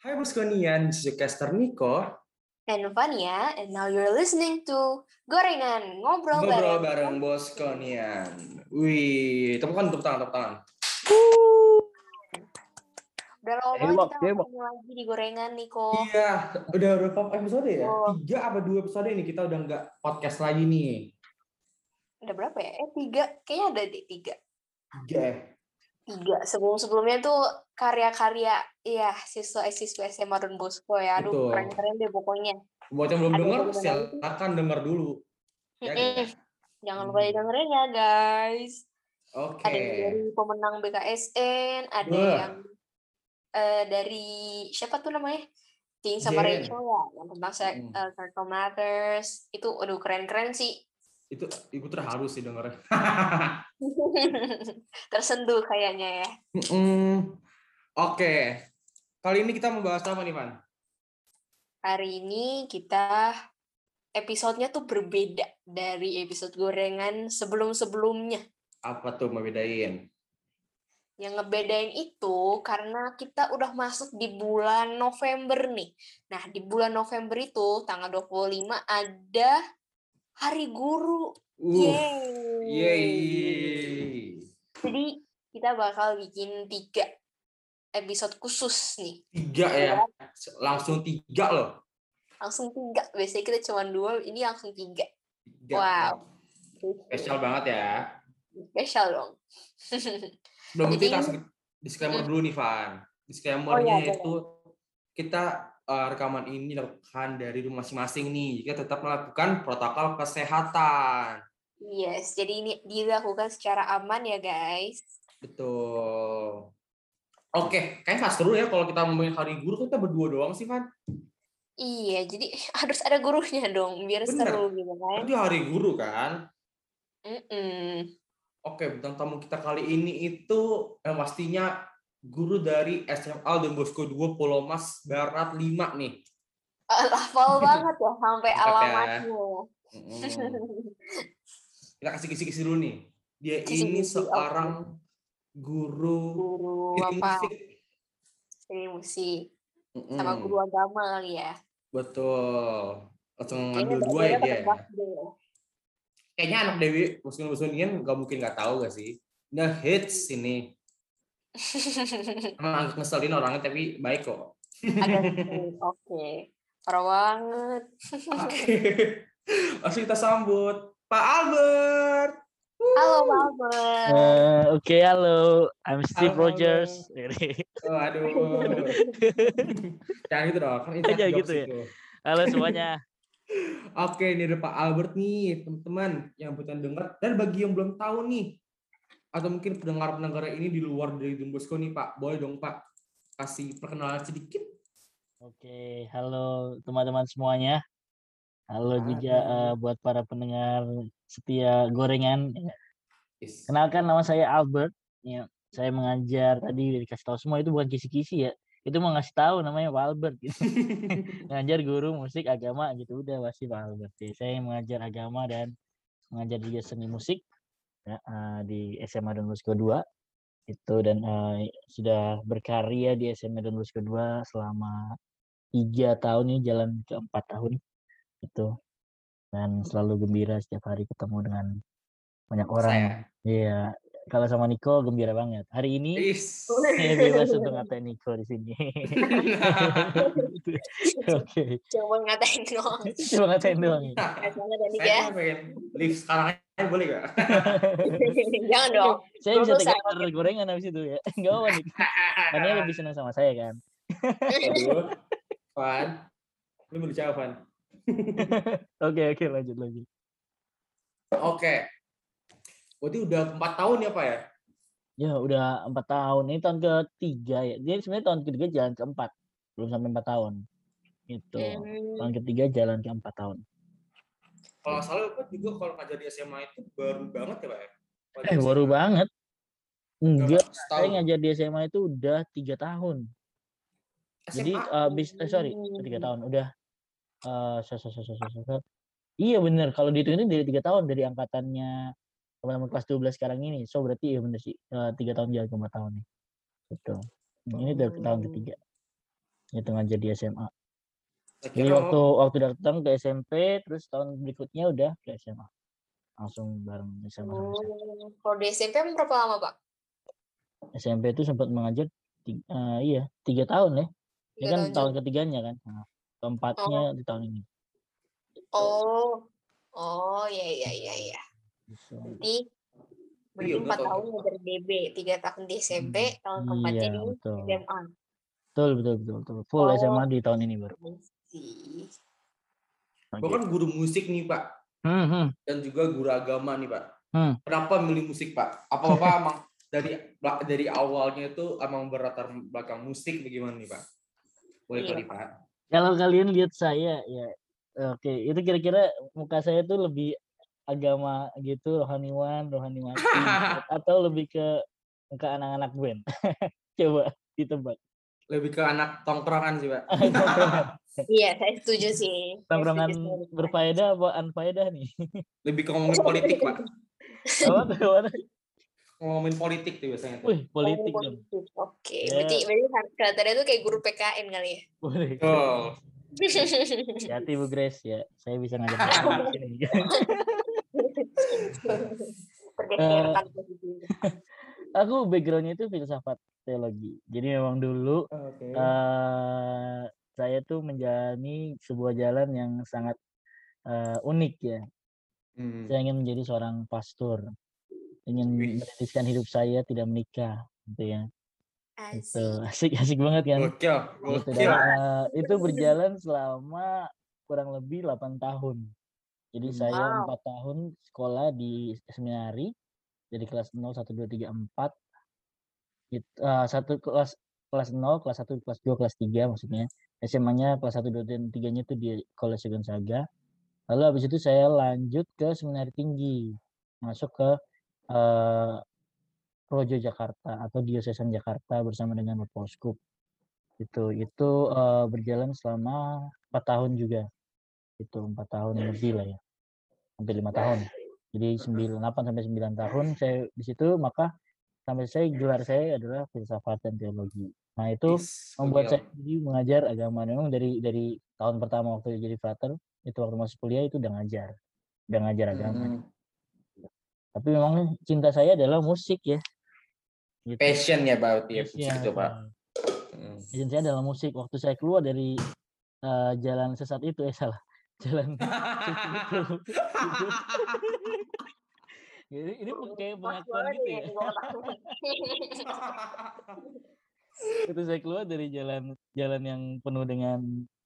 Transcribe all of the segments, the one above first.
Hai Boskonian, this is your caster Nico. And Vania, and now you're listening to Gorengan Ngobrol Ngobrol Bareng. bareng Boskonian. Wih, tepuk tangan. Udah lama banget kita ketemu lagi di Gorengan, Nico. Iya, udah berapa episode ya? 3 apa 2 episode ini kita udah nggak podcast lagi nih. Udah berapa ya? 3. Kayaknya ada deh 3. 3. Sebelumnya tuh karya-karya ya siswa SMA Don Bosco ya. Aduh, Betul. keren-keren deh pokoknya. Buat yang belum dengar, silakan dengar dulu. Jangan lupa didengerin ya, guys. Oke. Ada yang dari pemenang BKSN, ada yang dari siapa tuh namanya? Ting sama Rachel ya, yang tentang Circle Matters. Itu aduh keren-keren sih. Itu terharu sih dengernya. Tersentuh kayaknya ya. Oke. Kali ini kita membahas apa nih, Van? Hari ini kita episodenya tuh berbeda dari episode Gorengan sebelum-sebelumnya. Apa tuh membedain? Yang ngebedain itu karena kita udah masuk di bulan November nih. Nah, di bulan November itu tanggal 25 ada Hari Guru. Yeay. Jadi kita bakal bikin 3 episode khusus nih. 3 ya? Langsung 3 loh. Langsung 3. Biasanya kita cuma 2, ini langsung 3. Wow. Spesial banget ya. Spesial dong. Sebelum itu kita disclaimer dulu nih, Van. Disclaimer-nya itu kita rekaman ini dilakukan dari rumah masing-masing nih. Kita tetap melakukan protokol kesehatan. Yes, jadi ini dilakukan secara aman ya, guys. Betul. Oke, kayaknya pas seru ya kalau kita ngomongin Hari Guru, kita berdua doang sih, Van. Iya, jadi harus ada gurunya dong, biar seru gitu kan. Itu Hari Guru kan? Oke, bintang tamu kita kali ini itu pastinya guru dari SMA Don Bosco 2 Pulau Mas Barat 5 nih. Hafal banget ya sampai alamatnya. Kita kasih kisi-kisi dulu nih. Dia ini seorang guru apa? Seni musik. Sama guru agama kali ya. Betul. Langsung ngambil 2 ya dia. Kayaknya anak Dewi Muslim-Muslimin nggak mungkin nggak tahu gak sih? Nah, hits ini. Emang agak ngeselin orangnya tapi baik kok. Oke. Parah banget. Oke. Langsung kita sambut Pak Albert. Halo Pak Albert. Oke, halo. I'm Steve Rogers. Aduh. Jangan gitu dong. Kan Jangan gitu ya. Halo semuanya. Oke, ini ada Pak Albert nih, teman-teman yang bukan dengar. Dan bagi yang belum tahu nih, atau mungkin pendengar-pendengar ini di luar dari Don Bosco nih, Pak. Boleh dong, Pak, kasih perkenalan sedikit. Oke, halo teman-teman semuanya. Halo juga buat para pendengar setia Gorengan. Kenalkan, nama saya Albert. Ya, saya mengajar tadi dikasih tahu semua itu bukan kisi-kisi ya. Itu mau ngasih tahu namanya Pak Albert gitu. Ngajar guru musik agama gitu udah pasti Pak Albert. Jadi, saya mengajar agama dan mengajar juga seni musik ya, di SMA Don Bosco 2 itu dan sudah berkarya di SMA Don Bosco 2 selama 3 tahun ini jalan ke 4 tahun itu dan selalu gembira setiap hari ketemu dengan banyak orang. Iya. Kalau sama Nico gembira banget. Hari ini saya bebas untuk ngatain Nico di sini. Oke. Cuma ngatain doang. Saya pengen live sekarang aja boleh gak? Jangan dong. Saya bisa tegar gorengan habis itu ya. Enggak apa nih. Karena lebih senang sama saya kan. Aduh. Van. Lu mau dijawab, Van? Oke, lanjut. Oke. Berarti udah 4 tahun ya, Pak ya? Ya, udah 4 tahun. Ini tahun ke-3 ya. Dia sebenarnya tahun ke-3 jalan ke-4. Belum sampai 4 tahun. Itu. Tahun ke-3 jalan ke 4 tahun. Kalau salah Pak juga kalau ngajar di SMA itu baru banget ya, Pak ya? Baru banget. Enggak, saya ngajar di SMA itu udah 3 tahun. Jadi 3 tahun udah Iya bener, kalau dihitung dari 3 tahun dari angkatannya teman-teman kelas 12 sekarang ini. So berarti iya bener sih 3 tahun jalan ke 4 tahun nih. Gitu. Ini udah tahun ke-3. itu ngajar di SMA. Saya Jadi kira waktu datang ke SMP, terus tahun berikutnya udah ke SMA. Langsung bareng SMA sama saya. Kalau di SMP berapa lama, Pak? SMP itu sempat mengajar 3 tahun ya. Ini 3 kan tahun tahun juga. ketiganya kan. Nah, keempatnya Oh, di tahun ini. oh, ya. Gitu. Berarti 4 tahun dari DB, 3 tahun di SMP, tahun keempatnya Iya, di betul. SMA. Betul. Full SMA di tahun ini baru. Gue kan guru musik nih Pak, dan juga guru agama nih Pak. Kenapa milih musik Pak? Apa Bapak emang dari awalnya itu emang berlatar belakang musik bagaimana nih Pak? Boleh Iya, nih Pak? Kalau kalian lihat saya ya, oke, itu kira-kira muka saya tuh lebih agama gitu, rohani mati, atau lebih ke muka anak-anak band? Coba ditebak. Lebih ke anak tongkrongan sih Pak. Iya, saya setuju sih. Tongkrongan berfaedah apa unfaedah nih? Lebih ke ngomongin politik Pak. Apa? Ngomongin politik tuh biasanya tuh. Wih, politik dong. Oke, berarti kelihatannya tuh kayak guru PKN kali ya? Boleh. Oh. Hati Bu Grace ya, saya bisa ngajar di sini. Aku backgroundnya itu filsafat teologi. Jadi memang dulu saya tuh menjalani sebuah jalan yang sangat unik ya. Saya ingin menjadi seorang pastor, ingin menitiskan hidup saya tidak menikah, gitu ya. Itu asik banget kan? Gitu, dan, itu berjalan selama kurang lebih 8 tahun. Jadi saya 4 tahun sekolah di seminari dari kelas 0, 1, 2, 3, 4. Satu kelas 0, kelas 1, kelas 2, kelas 3 maksudnya. SMA-nya kelas 1, 2, dan 3-nya itu di College Gonzaga. Lalu habis itu saya lanjut ke seminari tinggi, masuk ke Projo Jakarta atau Diocesan Jakarta bersama dengan Bapak Uskup. Itu berjalan selama 4 tahun juga. Itu 4 tahun lebih lah ya. Hampir 5 tahun. Jadi 8 sampai 9 tahun saya di situ, maka sampai gelar saya adalah filsafat dan teologi. Nah, itu membuat saya jadi mengajar agama. Memang dari tahun pertama waktu jadi frater, itu waktu masuk kuliah itu udah ngajar agama. Tapi memang cinta saya adalah musik ya. Gitu. Passion ya Pak, musik itu Pak. Passion saya adalah musik. Waktu saya keluar dari jalan sesat itu jalan itu. Ini kayak pengakuan gitu ya. Itu saya keluar dari jalan yang penuh dengan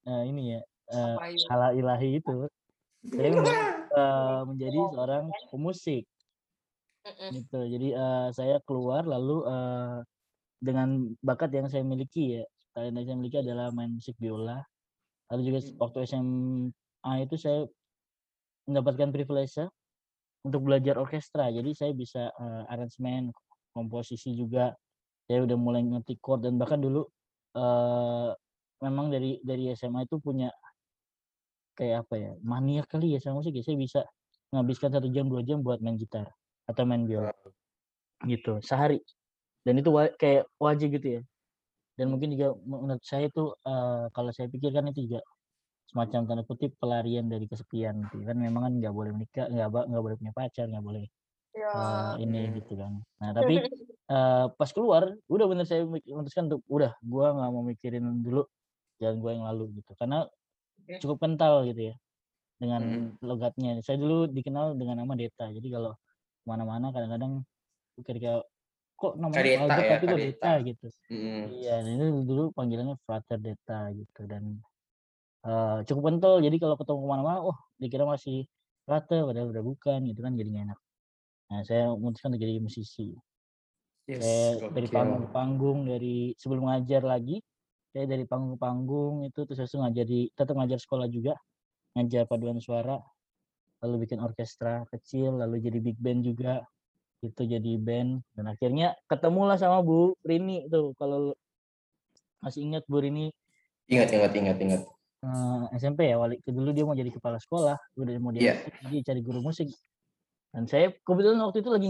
hala ilahi itu. Saya menjadi seorang pemusik. Gitu. Jadi saya keluar lalu dengan bakat yang saya miliki ya. Talenta yang saya miliki adalah main musik biola. Lalu juga waktu SMA itu saya mendapatkan privilege untuk belajar orkestra. Jadi saya bisa aransemen, komposisi juga. Saya udah mulai ngerti chord, dan bahkan dulu memang dari SMA itu punya kayak apa ya, mania kali ya sama musik ya. Saya bisa menghabiskan 1 jam 2 jam buat main gitar atau main biola gitu sehari, dan itu kayak wajib gitu ya. Dan mungkin juga menurut saya itu kalau saya pikirkan itu juga semacam tanda kutip pelarian dari kesepian gitu kan. Memang kan nggak boleh menikah, nggak boleh punya pacar, nggak boleh ini gitu kan. Nah tapi pas keluar udah bener saya memutuskan untuk udah gua nggak mau mikirin dulu jalan gua yang lalu gitu, karena cukup kental gitu ya dengan logatnya. Saya dulu dikenal dengan nama Deta, jadi kalau mana-mana kadang-kadang ketika kok namanya Albert tapi kok Deta gitu. Iya, dan itu dulu panggilannya Frater Deta gitu, dan cukup kental. Jadi kalau ketemu kemana-mana, dikira masih Frater padahal udah bukan gitu kan, jadi nggak enak. Nah, saya memutuskan untuk jadi musisi. Saya dari panggung ke panggung, dari sebelum ngajar lagi, saya dari panggung ke panggung itu terus tetap ngajar sekolah juga, ngajar paduan suara, lalu bikin orkestra kecil, lalu jadi big band juga, itu jadi band, dan akhirnya ketemulah sama Bu Rini tuh, kalau masih ingat Bu Rini. Ingat. SMP ya, dulu dia mau jadi kepala sekolah, udah mau jadi cari guru musik, dan saya kebetulan waktu itu lagi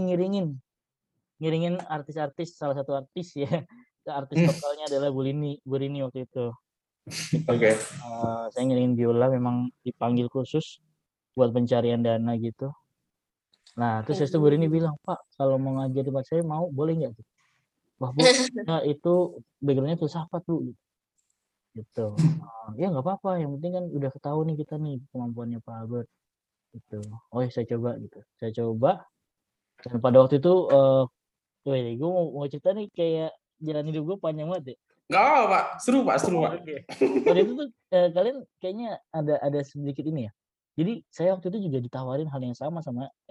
ngiringin artis-artis, salah satu artis ya, artis lokalnya adalah Bu Rini waktu itu. Oke. Saya ngiringin biola memang dipanggil khusus buat pencarian dana gitu. Nah, terus saya ini bilang, Pak, kalau mau ngajar di tempat saya mau, boleh nggak? Wah, Bu, ya itu background-nya filsafat, Bu. Gitu. Ya nggak apa-apa, yang penting kan udah ketahui nih kita nih kemampuannya Pak Albert. Gitu. Oh ya saya coba gitu. Saya coba, dan pada waktu itu, gue mau cerita nih kayak jalan hidup gue panjang banget ya. Nggak apa, Pak. Seru, Pak. Oke. Waktu itu tuh kalian kayaknya ada sedikit ini ya. Jadi saya waktu itu juga ditawarin hal yang sama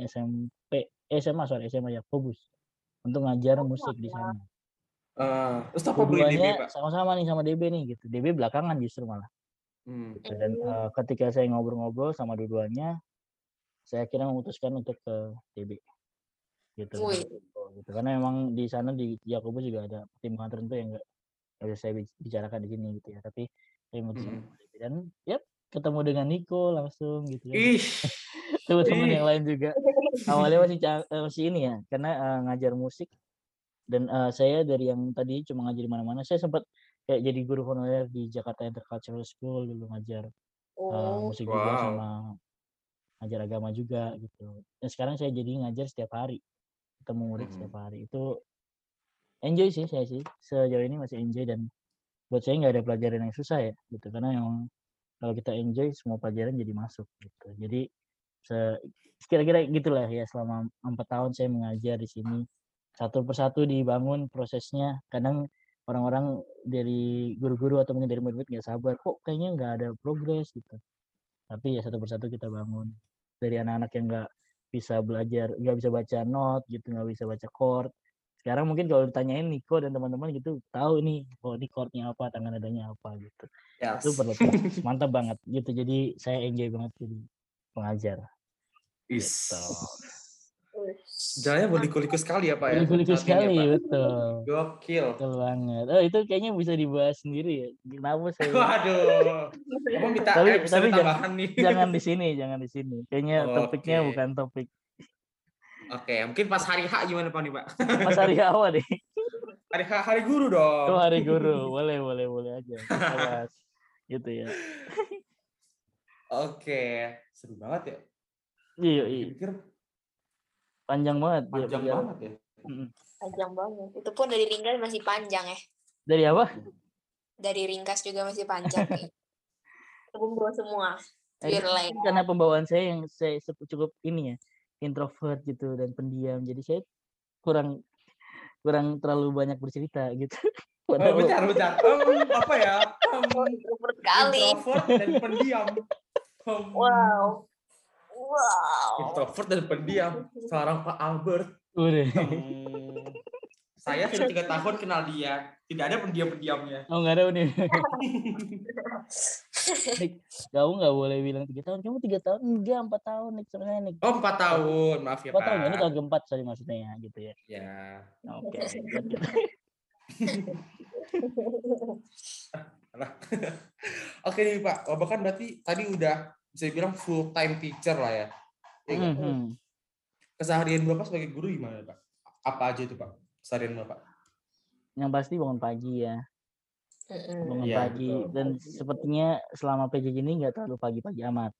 SMA Yakobus untuk ngajar musik di sana. Terus apa beli DB, Dua-duanya Pak? sama-sama nih sama DB nih gitu. DB belakangan justru malah. Gitu. Dan ketika saya ngobrol-ngobrol sama dua-duanya, saya akhirnya memutuskan untuk ke DB. Gitu. Gitu. Karena memang di sana di Yakobus juga ada pertimbangan tertentu yang nggak bisa saya bicarakan di sini gitu ya. Tapi saya memutuskan dan ketemu dengan Nico langsung gitu kan. Teman-teman yang lain juga. Awalnya masih ini ya, karena ngajar musik dan saya dari yang tadi cuma ngajar di mana-mana, saya sempat kayak jadi guru honorer di Jakarta Intercultural School dulu ngajar musik juga sama ngajar agama juga gitu. Dan sekarang saya jadi ngajar setiap hari, ketemu murid setiap hari. Itu enjoy sih saya sih, sejauh ini masih enjoy dan buat saya nggak ada pelajaran yang susah ya gitu, karena memang kalau kita enjoy semua pelajaran jadi masuk gitu. Jadi kira-kira gitulah ya selama 4 tahun saya mengajar di sini. Satu persatu dibangun prosesnya. Kadang orang-orang dari guru-guru atau mungkin dari murid-murid nggak sabar, kok kayaknya nggak ada progres gitu. Tapi ya satu persatu kita bangun. Dari anak-anak yang nggak bisa belajar, nggak bisa baca not gitu, nggak bisa baca chord. Sekarang mungkin kalau ditanyain Niko dan teman-teman gitu, tahu nih, oh ini chordnya apa, tangan nadanya apa gitu. Itu perlu proses. Mantap banget gitu. Jadi saya enjoy banget jadi pengajar. Gitu. Jalannya berliku-liku sekali ya, Pak ya? Berliku-liku sekali, Pak. betul. Gokil. Betul banget. Oh, itu kayaknya bisa dibahas sendiri ya. Kenapa saya? Waduh. Kamu minta tapi tambahan nih. Jangan di sini. Kayaknya topiknya bukan topik. Oke, mungkin pas hari H gimana Pak nih, Pak? Pas hari apa deh? Hari guru dong. Oh, hari guru. Boleh aja. Kita bahas. Gitu ya. Oke, seru banget ya. Iya. Pikir panjang banget. Panjang banget ya. Panjang banget. Itu pun dari ringkas masih panjang ya. Dari apa? Dari ringkas juga masih panjang nih. Kumpul semua. Karena pembawaan saya yang saya cukup ini ya, introvert gitu dan pendiam. Jadi saya kurang terlalu banyak bercerita gitu. Bentar. Apa ya? Introvert kali. Introvert dan pendiam. Wow. Introvert dan pendiam. Seorang Pak Albert. Saya sudah 3 tahun kenal dia. Tidak ada pendiam-pendiamnya. Oh, nggak ada nih. Kamu nggak boleh bilang 3 tahun. Kamu 3 tahun? Enggak, 4 tahun. Nik. Oh, 4 tahun. Maaf ya, 4 tahun. Ini tahun keempat, sorry maksudnya ya. Gitu ya. Ya. Oke. Oke nih Pak. Bahkan berarti tadi udah bisa dibilang full time teacher lah ya. Keseharian Bapak sebagai guru gimana Pak? Apa aja itu Pak? Keseharian Bapak? Yang pasti bangun pagi ya. Bangun pagi. Betul. Dan sepertinya selama PJJ ini nggak terlalu pagi-pagi amat.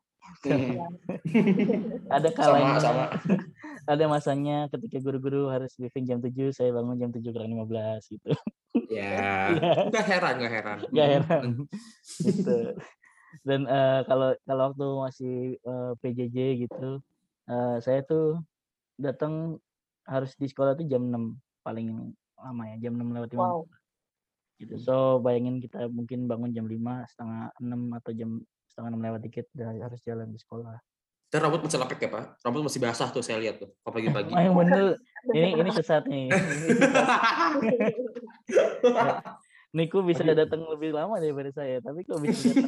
Ada kalanya, sama. Ada masanya ketika guru-guru harus briefing jam 7, saya bangun jam 7:15 gitu. Ya, nggak heran. Gitu. Dan kalau waktu masih PJJ gitu, saya tuh datang harus di sekolah tuh jam 6 paling lama ya, jam 6:15. Wow. Gitu. So bayangin kita mungkin bangun jam 5, setengah 6 atau jam setengah 6 lewat dikit harus jalan di sekolah. Dan rambut masih lepek ya Pak? Rambut masih basah tuh saya lihat tuh pagi-pagi. Yang bener, ini sesat nih. Niku bisa datang lebih lama daripada saya, tapi kok bisa datang?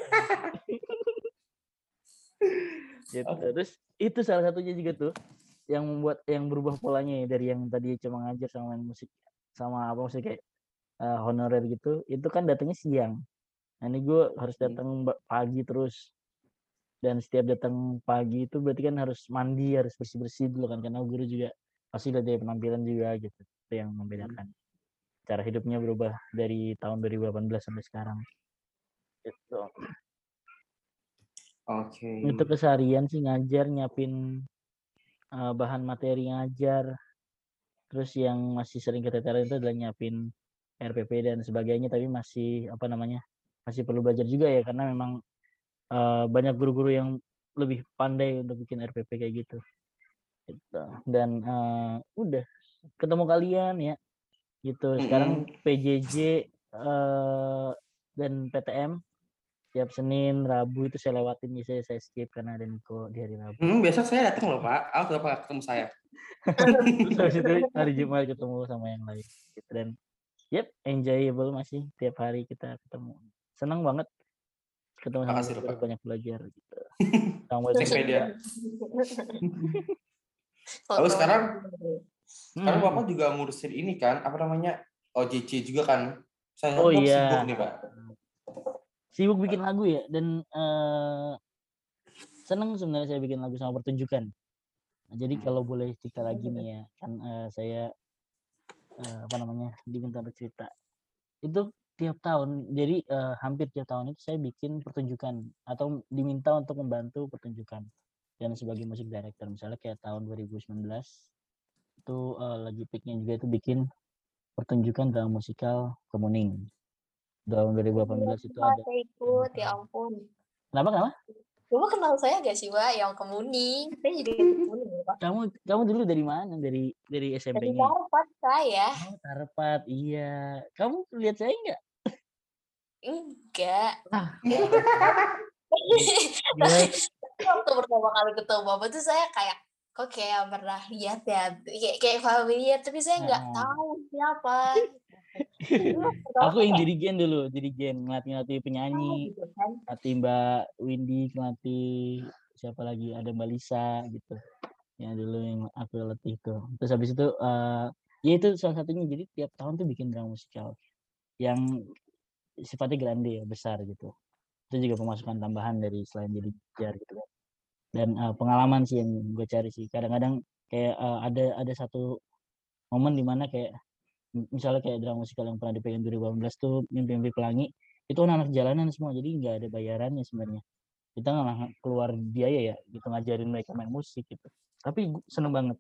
Gitu. Terus itu salah satunya juga tuh yang membuat yang berubah polanya ya, dari yang tadi cuma ngajar sama main musik sama apa musik kayak honorer gitu, itu kan datangnya siang. Nah ini gue harus datang pagi terus. Dan setiap datang pagi itu berarti kan harus mandi, harus bersih-bersih dulu kan, karena guru juga pasti lihat dari penampilan juga gitu. Itu yang membedakan. Cara hidupnya berubah dari tahun 2018 sampai sekarang. Gitu. Oke. Untuk keseharian sih ngajar, nyiapin bahan materi ngajar. Terus yang masih sering keteteran itu adalah nyiapin RPP dan sebagainya, tapi masih masih perlu belajar juga ya, karena memang banyak guru-guru yang lebih pandai untuk bikin RPP kayak gitu. Dan udah ketemu kalian ya gitu. Sekarang PJJ dan PTM tiap Senin, Rabu itu saya lewatin, biasanya saya skip karena ada Niko di hari Rabu. Biasa saya datang loh Pak, kenapa ketemu saya? Terus habis itu hari Jumat ketemu sama yang lain gitu. Dan enjoyable masih tiap hari kita ketemu. Senang banget ketemu sama guru, banyak belajar gitu. Sepeda. Lalu sekarang Bapak juga ngurusin ini kan, OJC juga kan? Saya sibuk nih Pak. Sibuk bikin lagu ya, dan seneng sebenarnya saya bikin lagu sama pertunjukan. Nah, jadi kalau boleh cerita lagi nih ya, kan saya diminta bercerita. Itu tiap tahun, jadi hampir tiap tahun itu saya bikin pertunjukan atau diminta untuk membantu pertunjukan. Dan sebagai musik director, misalnya kayak tahun 2019 itu lagi peaknya juga itu bikin pertunjukan dalam musikal Kemuning. Tahun 2018 itu ada. Saya ikut, ya ampun. Kenapa? Kamu kenal saya gak sih, Wak? Yang Kemuning. Saya jadi Kemuning, Pak. Kamu dulu dari mana? Dari SMP-nya? Dari Tarpat saya. Oh, Tarpat. Iya. Kamu lihat saya enggak? Enggak. Waktu pertama kali ketemu Bapak tuh saya kayak kok kayak pernah lihat ya, kayak familiar, tapi saya nggak tahu siapa. Aku yang dirigen dulu, ngelatih penyanyi, latih Mbak Windy, ngelatih siapa lagi, ada Mbak Lisa gitu, ya dulu yang aku latih itu. Terus habis itu ya itu salah satunya. Jadi tiap tahun tuh bikin drama musikal yang sifatnya grande ya, besar gitu. Itu juga pemasukan tambahan dari selain jadi jar gitu kan. Dan pengalaman sih yang gue cari sih. Kadang-kadang kayak ada satu momen dimana kayak misalnya kayak drama musikal yang pernah dipegang 2018 tuh Mimpi-Mimpi Pelangi, itu anak jalanan semua, jadi nggak ada bayarannya sebenarnya. Kita nggak keluar biaya ya gitu ngajarin mereka main musik gitu. Tapi seneng banget.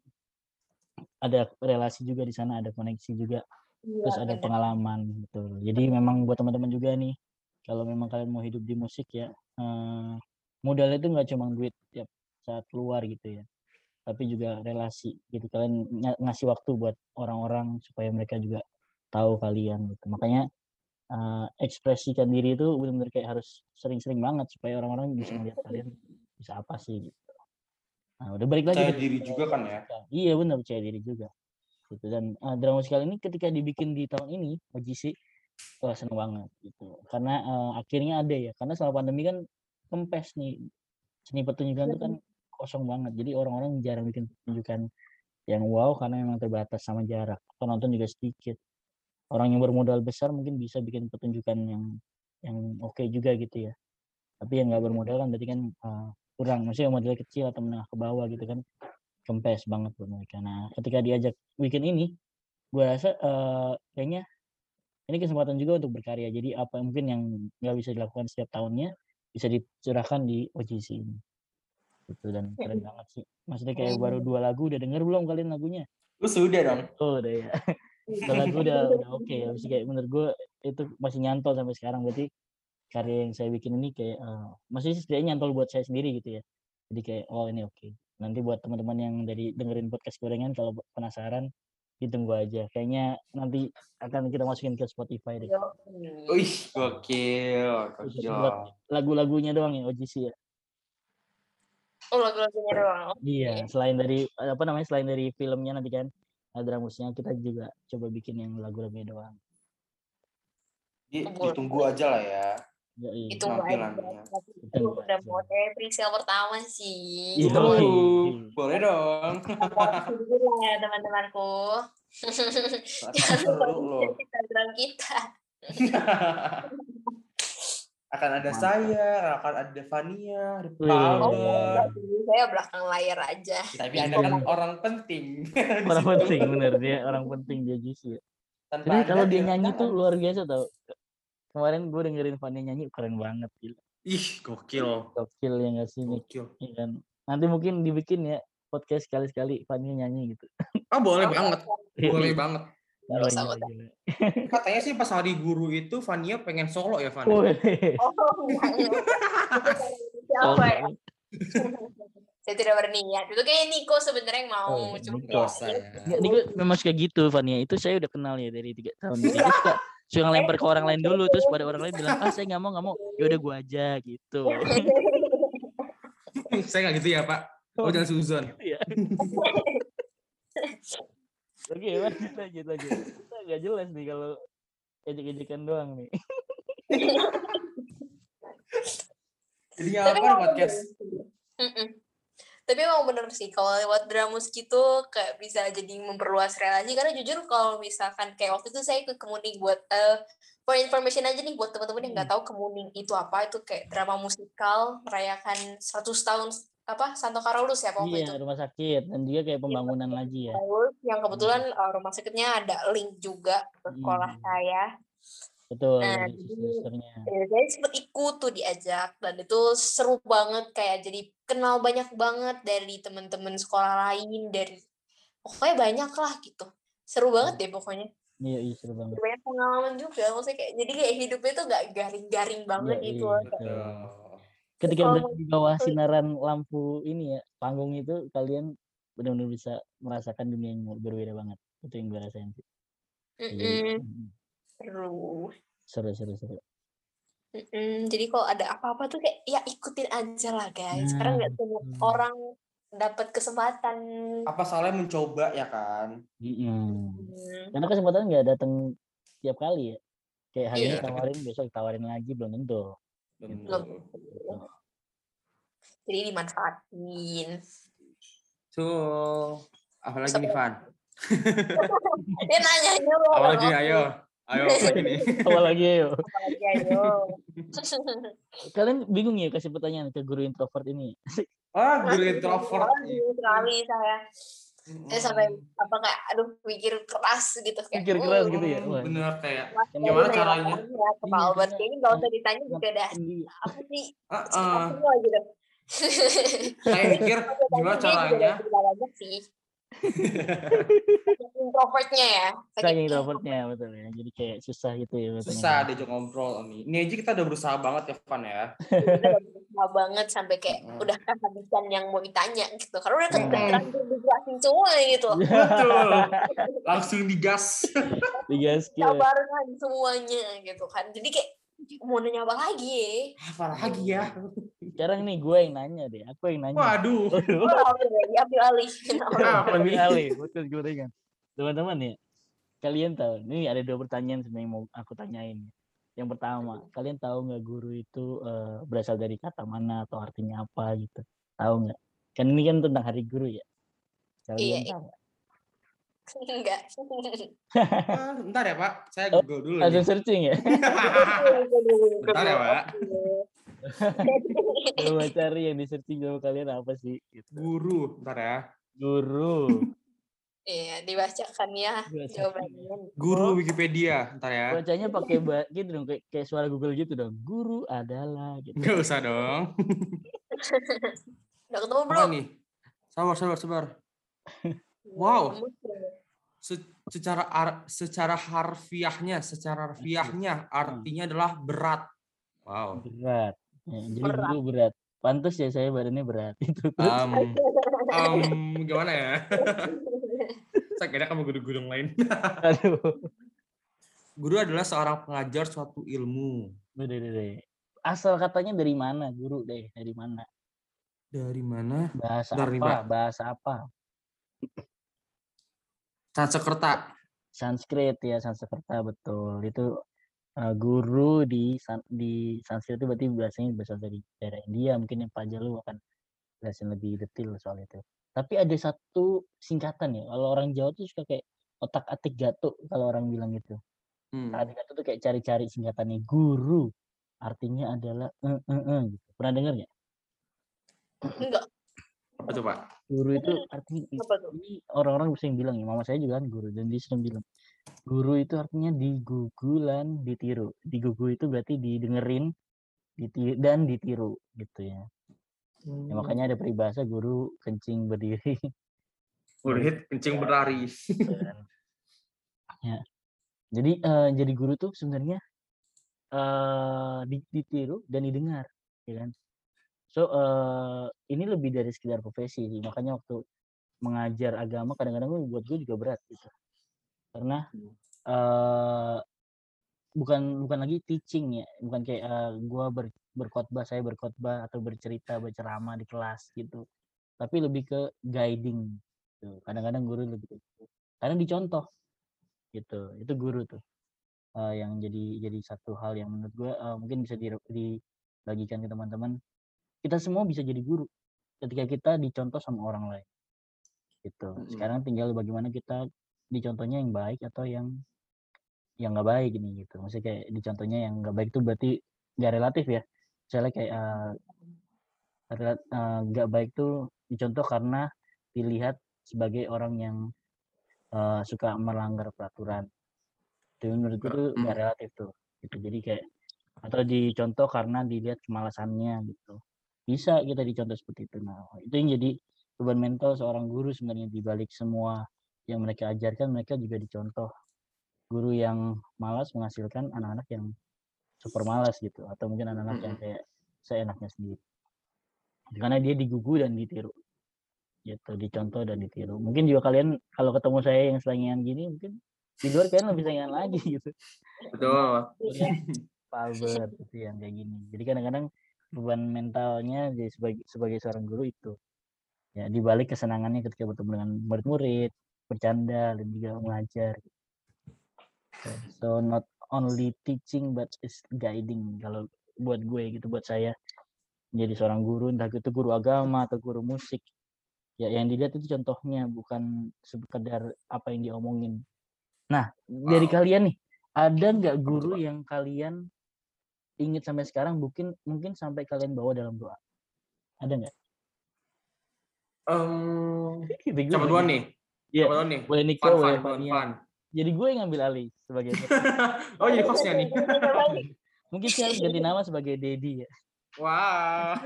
Ada relasi juga di sana, ada koneksi juga. Terus ada pengalaman gitu. Jadi memang buat teman-teman juga nih, kalau memang kalian mau hidup di musik ya, modalnya itu nggak cuma duit tiap saat keluar gitu ya, tapi juga relasi gitu. Kalian ngasih waktu buat orang-orang supaya mereka juga tahu kalian gitu. Makanya ekspresikan diri itu benar-benar kayak harus sering-sering banget supaya orang-orang bisa melihat kalian bisa apa sih gitu. Nah, udah balik lagi percaya diri juga kan ya? Iya benar, percaya diri juga gitu. Dan drama musikal ini ketika dibikin di tahun ini OGC, seneng banget gitu. Karena akhirnya ada ya, karena selama pandemi kan kempes nih, seni pertunjukan itu kan kosong banget. Jadi orang-orang jarang bikin pertunjukan yang wow karena memang terbatas sama jarak. Penonton juga sedikit. Orang yang bermodal besar mungkin bisa bikin pertunjukan yang oke juga gitu ya. Tapi yang nggak bermodal kan berarti kan kurang. Maksudnya modal kecil atau menengah ke bawah gitu kan kempes banget buat mereka. Nah, ketika diajak bikin ini, gue rasa kayaknya ini kesempatan juga untuk berkarya. Jadi apa mungkin yang nggak bisa dilakukan setiap tahunnya bisa dicurahkan di OGC ini. Gitu, dan keren banget sih. Maksudnya kayak baru 2 lagu, udah denger belum kalian lagunya? Sudah dong. Oh, udah ya. Lagu udah oke ya. Maksudnya kayak menurut gue itu masih nyantol sampai sekarang. Berarti karya yang saya bikin ini kayak masih setidaknya nyantol buat saya sendiri gitu ya. Jadi kayak ini oke. Nanti buat teman-teman yang dari dengerin podcast Gorengan, kalau penasaran ditunggu aja. Kayaknya nanti akan kita masukin ke Spotify deh. Wih, gokil. Buat lagu-lagunya doang ya OGC ya. Oh, lagu-lagunya doang. Iya, selain dari filmnya nanti kan ada musiknya, kita juga coba bikin yang lagu-lagunya doang. Ditunggu aja lah ya. Ditunggu aja. Udah mau pre-sale pertama sih. Boleh dong. Ya teman-temanku. Instagram kita. Akan ada saya, akan ada Fania, ada Pak Albert. Saya belakang layar aja. Tapi Anda kan orang penting. Orang penting, bener dia orang penting dia Jisi ya. Jadi kalau dia nyanyi tuh luar biasa tau. kemarin gue dengerin Fania nyanyi keren banget gila. Ih, gokil. Gokil ya nggak sih nih? Gokil. Ya kan. Nanti mungkin dibikin ya podcast sekali-sekali Fania nyanyi gitu. Ah, boleh banget. Boleh banget. Gila. Katanya sih pas hari guru itu Fania pengen solo ya, Van? Oh, enggak. Siapa ya? Saya tidak berniat. Itu kayak Niko sebenarnya yang mau Niko. Ya. Niko memang kayak gitu, Fania. Itu saya udah kenal ya dari 3 tahun. Dia suka lempar ke orang lain dulu, terus pada orang lain bilang, saya nggak mau. Ya udah gua aja gitu. Saya nggak gitu ya, Pak. Oh, jangan suzon. Iya. Oke, lanjut. Kita nggak jelas nih kalau ejek-ejekan doang nih. Jadi apa podcast? Tapi emang bener sih kalau lewat Dramus gitu kayak bisa jadi memperluas relasi, karena jujur kalau misalkan kayak waktu itu saya ikut Kemuning buat for information aja nih buat teman-teman yang nggak tahu Kemuning itu apa, itu kayak drama musikal merayakan 100 tahun Santo Carolus ya waktu itu. Iya, rumah sakit dan juga kayak pembangunan lagi ya. Yang kebetulan rumah sakitnya ada link juga ke sekolah saya. Betul, nah, saya sempat ikut tuh diajak dan itu seru banget, kayak jadi kenal banyak banget dari teman-teman sekolah lain, dari pokoknya banyak lah gitu, seru banget deh pokoknya. Iya seru banget. Banyak pengalaman juga, maksudnya kayak jadi kayak hidupnya tuh gak garing-garing banget gitu. Ketika berada di bawah sinaran lampu ini ya, panggung itu kalian benar-benar bisa merasakan dunia yang berbeda banget. Itu yang gue rasain sih. Seru. Jadi kalau ada apa-apa tuh kayak ya ikutin aja lah guys. Karena nggak semua orang dapat kesempatan. Apa salahnya mencoba ya kan? Karena kesempatan nggak datang tiap kali ya. Kayak hari ini tawarin, besok tawarin lagi, belum tentu. Jadi dimanfaatin. Apalagi nih Van? Dia nanya apalagi ayo apalagi nih. Apalagi ayo. Kalian bingung ya kasih pertanyaan ke guru introvert ini? Guru introvert. Sekali saya. Sampai kayak mikir keras gitu kayak. Mikir keras gitu ya. Bener kayak gimana caranya? Pak Albert ini nggak usah ditanya juga dah. Apa sih? Semua gitu. Saya mikir gimana caranya? Introvertnya ya. Saking introvertnya betul ya. Jadi kayak susah gitu ya. Susah diajak ngobrol nih. Ini aja kita udah berusaha banget ya Van ya. Berusaha banget sampai kayak udah kehabisan yang mau ditanya gitu. Karena udah terlanjur dijelasin semua gitu. Betul. Langsung digas. Kabaran semuanya gitu kan. Jadi kayak mau nanya apa lagi? Apa lagi ya? Sekarang nih gue yang nanya deh. Aku yang nanya. Waduh. Diambil alih. Ambil alih. Betul gue kan. Teman-teman ya. Kalian tahu. Ini ada 2 pertanyaan sebenarnya yang mau aku tanyain. Yang pertama, kalian tahu nggak guru itu berasal dari kata mana atau artinya apa gitu? Tahu nggak? Kan ini kan tentang Hari Guru ya. Kalian tahu nggak? Enggak. Bentar ya Pak, saya Google dulu. Ada searching ya? Bentar ya Pak. Coba cari yang di searching sama kalian apa sih? Gitu. Guru, bentar ya. Guru. Iya, dibacakan ya jawabannya. Guru Wikipedia, bentar ya. Bacanya pakai gitu dong, kayak suara Google gitu dong. Guru adalah gitu. Nggak usah dong. Udah ketemu belum? Nih? Sabar. Wow. Secara harfiahnya artinya adalah berat. Wow. Berat. Ya, jadi guru berat. Pantes ya saya badannya berat itu. Gimana ya? Saya kira kamu guru-guru yang lain. Aduh. Guru adalah seorang pengajar suatu ilmu. Asal katanya dari mana guru deh? Dari mana? Dari mana? Bahasa apa? Bahasa apa? Sanskrit ya, Sanskerta betul. Itu guru di Sanskrit itu berarti biasanya berasal dari daerah India. Mungkin yang Pak Jalu akan jelasin lebih detail soal itu. Tapi ada satu singkatan ya. Kalau orang Jawa tuh suka kayak otak-atik gatuk kalau orang bilang gitu. Otak-atik gatuk tuh kayak cari-cari singkatannya. Guru artinya adalah gitu. Pernah dengar nggak? Enggak. Apa tuh Pak? Guru itu artinya ini orang-orang bisa bilang ya. Mama saya juga kan guru dan dia sering bilang Guru itu artinya digugulan, ditiru. Digugu itu berarti didengerin, dan ditiru gitu ya. Ya makanya ada peribahasa guru kencing berdiri. Murid kencing berlari. Ya. Jadi guru tuh sebenarnya ditiru dan didengar, ya kan? So ini lebih dari sekedar profesi sih. Makanya waktu mengajar agama kadang-kadang buat gue juga berat gitu. Karena bukan lagi teaching ya, bukan kayak gue saya berkhotbah atau berceramah di kelas gitu, tapi lebih ke guiding gitu. Kadang-kadang guru lebih gitu. Kadang dicontoh gitu, itu guru tuh yang jadi satu hal yang menurut gue mungkin bisa dibagikan ke teman-teman. Kita semua bisa jadi guru ketika kita dicontoh sama orang lain gitu. Sekarang tinggal bagaimana kita dicontohnya yang baik atau yang nggak baik ini gitu. Maksudnya kayak dicontohnya yang nggak baik itu berarti nggak relatif ya. Misalnya kayak nggak baik tuh dicontoh karena dilihat sebagai orang yang suka melanggar peraturan. Itu menurutku tuh nggak relatif tuh. Gitu. Jadi kayak atau dicontoh karena dilihat kemalasannya gitu. Bisa kita dicontoh seperti itu. Nah, itu yang jadi beban mental seorang guru sebenarnya di balik semua yang mereka ajarkan, mereka juga dicontoh. Guru yang malas menghasilkan anak-anak yang super malas gitu, atau mungkin anak-anak yang kayak seenaknya sendiri. Karena dia digugu dan ditiru. Gitu, dicontoh dan ditiru. Mungkin juga kalian kalau ketemu saya yang selingan gini, mungkin di luar kalian lebih selingan lagi gitu. Betul. Pak Albert gitu yang kayak gini. Jadi kadang-kadang beban mentalnya jadi sebagai seorang guru itu. Ya, di balik kesenangannya ketika bertemu dengan murid-murid, bercanda dan juga mengajar. So not only teaching but is guiding kalau buat gue gitu, buat saya menjadi seorang guru, entah itu guru agama atau guru musik, ya yang dilihat itu contohnya, bukan sekedar apa yang diomongin. Nah, dari kalian nih, ada nggak guru yang kalian ingat sampai sekarang, mungkin sampai kalian bawa dalam doa? Ada nggak? Coba duluan nih. Iya, Coba duluan nih. boleh Niko, boleh Fania. Jadi gue yang ngambil alih sebagai oh, jadi hostnya nih. Mungkin saya harus ganti nama sebagai Dedi ya. Wah.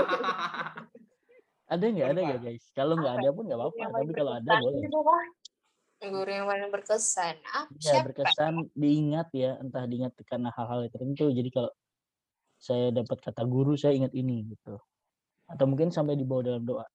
Ada nggak guys? Kalau nggak ada pun nggak apa-apa. Tapi kalau ada boleh. Guru yang paling berkesan. Ya, berkesan, diingat ya. Entah diingat karena hal-hal tertentu. Jadi kalau saya dapat kata guru, saya ingat ini gitu. Atau mungkin sampai dibawa dalam doa.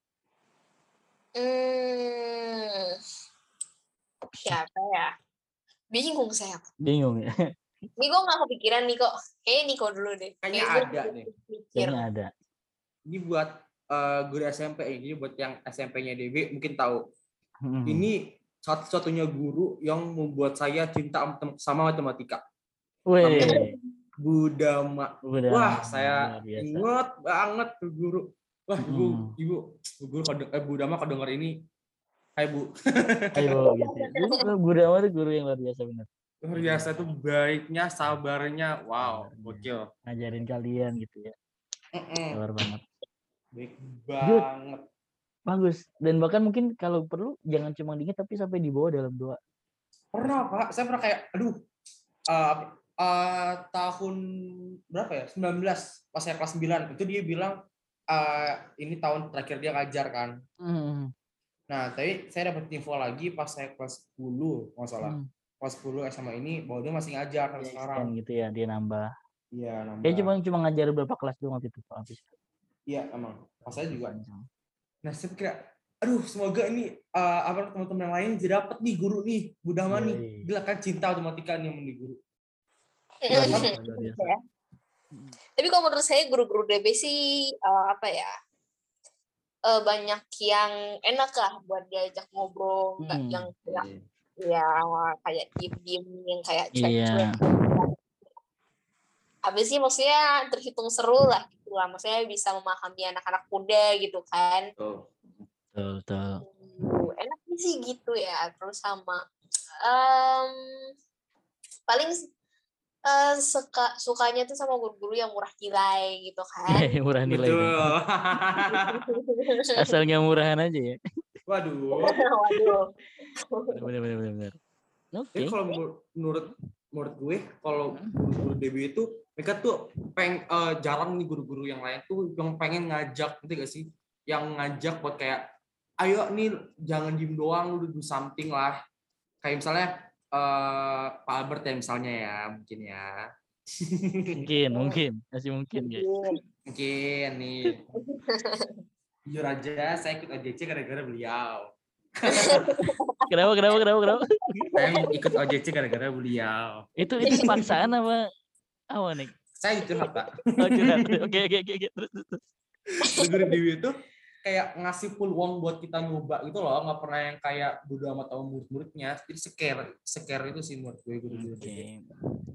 Siapa ya? Bingung saya. Bingung ya. Niko nggak kepikiran Niko. Kayaknya Niko dulu deh. Kayaknya ada nih. Kayaknya ada. Ini buat guru SMP ini, buat yang SMP-nya DB mungkin tahu. Ini satu-satunya guru yang membuat saya cinta sama matematika. Wih. Budama. Wah, saya ingat banget tuh guru. Wah, ibu Budama kalau dengar ini, hai Bu. Hai Bu gitu. Budama tuh guru yang luar biasa benar. Luar biasa tuh, baiknya, sabarnya, wow, gokil. Ngajarin kalian gitu ya. Sabar banget. Baik banget. Bagus. Dan bahkan mungkin kalau perlu jangan cuma diingat tapi sampai dibawa dalam doa. Pernah Pak, saya pernah kayak, tahun berapa ya? 19 pas saya kelas 9 itu dia bilang ini tahun terakhir dia ngajar kan. Nah, tapi saya dapat info lagi pas saya kelas 10 nggak salah. Kelas 10 SMA ini bahwa dia masih ngajar sampai sekarang. Gitu ya, dia nambah. Iya, nambah. Dia cuma ngajar berapa kelas doang waktu itu habis. Iya, emang. Pas saya juga. Nah, saya kira semoga ini teman-teman yang lain jadi dapat nih guru nih, Budama nih. Gila kan, cinta matematika nih yang di guru. Tapi kalau menurut saya guru-guru DB sih banyak yang enak lah buat diajak ngobrol, nggak yang kayak diem-diem yang kayak cuek-cuek. Habis sih maksudnya terhitung seru lah gitu lah, maksudnya bisa memahami anak-anak muda gitu kan. Betul. Enak sih gitu ya. Terus sama paling sukanya tuh sama guru-guru yang murah nilai gitu kan. Murah nilai. Betul. Asal nggak murahan aja ya. Waduh. Benar. Jadi kalau menurut gue, kalau guru-guru DB itu mereka tuh jarang nih guru-guru yang lain tuh yang pengen ngajak, ngerti gak sih? Yang ngajak buat kayak, ayo nih jangan diem doang, lu do something lah. Kayak misalnya Pak Albert ya misalnya ya, mungkin ya. Mungkin masih mungkin guys. Mungkin nih. Jujur aja, saya ikut OJC gara-gara beliau. Kenapa? Saya ikut OJC gara-gara beliau. Itu paksaan apa nih? Saya curhat, Pak. Oh, curhat. Oke. Terus. Guru DB itu kayak ngasih peluang buat kita nyoba gitu loh, nggak pernah yang kayak bodo amat sama murid-muridnya. Jadi scare itu sih menurut gue guru-guru DB.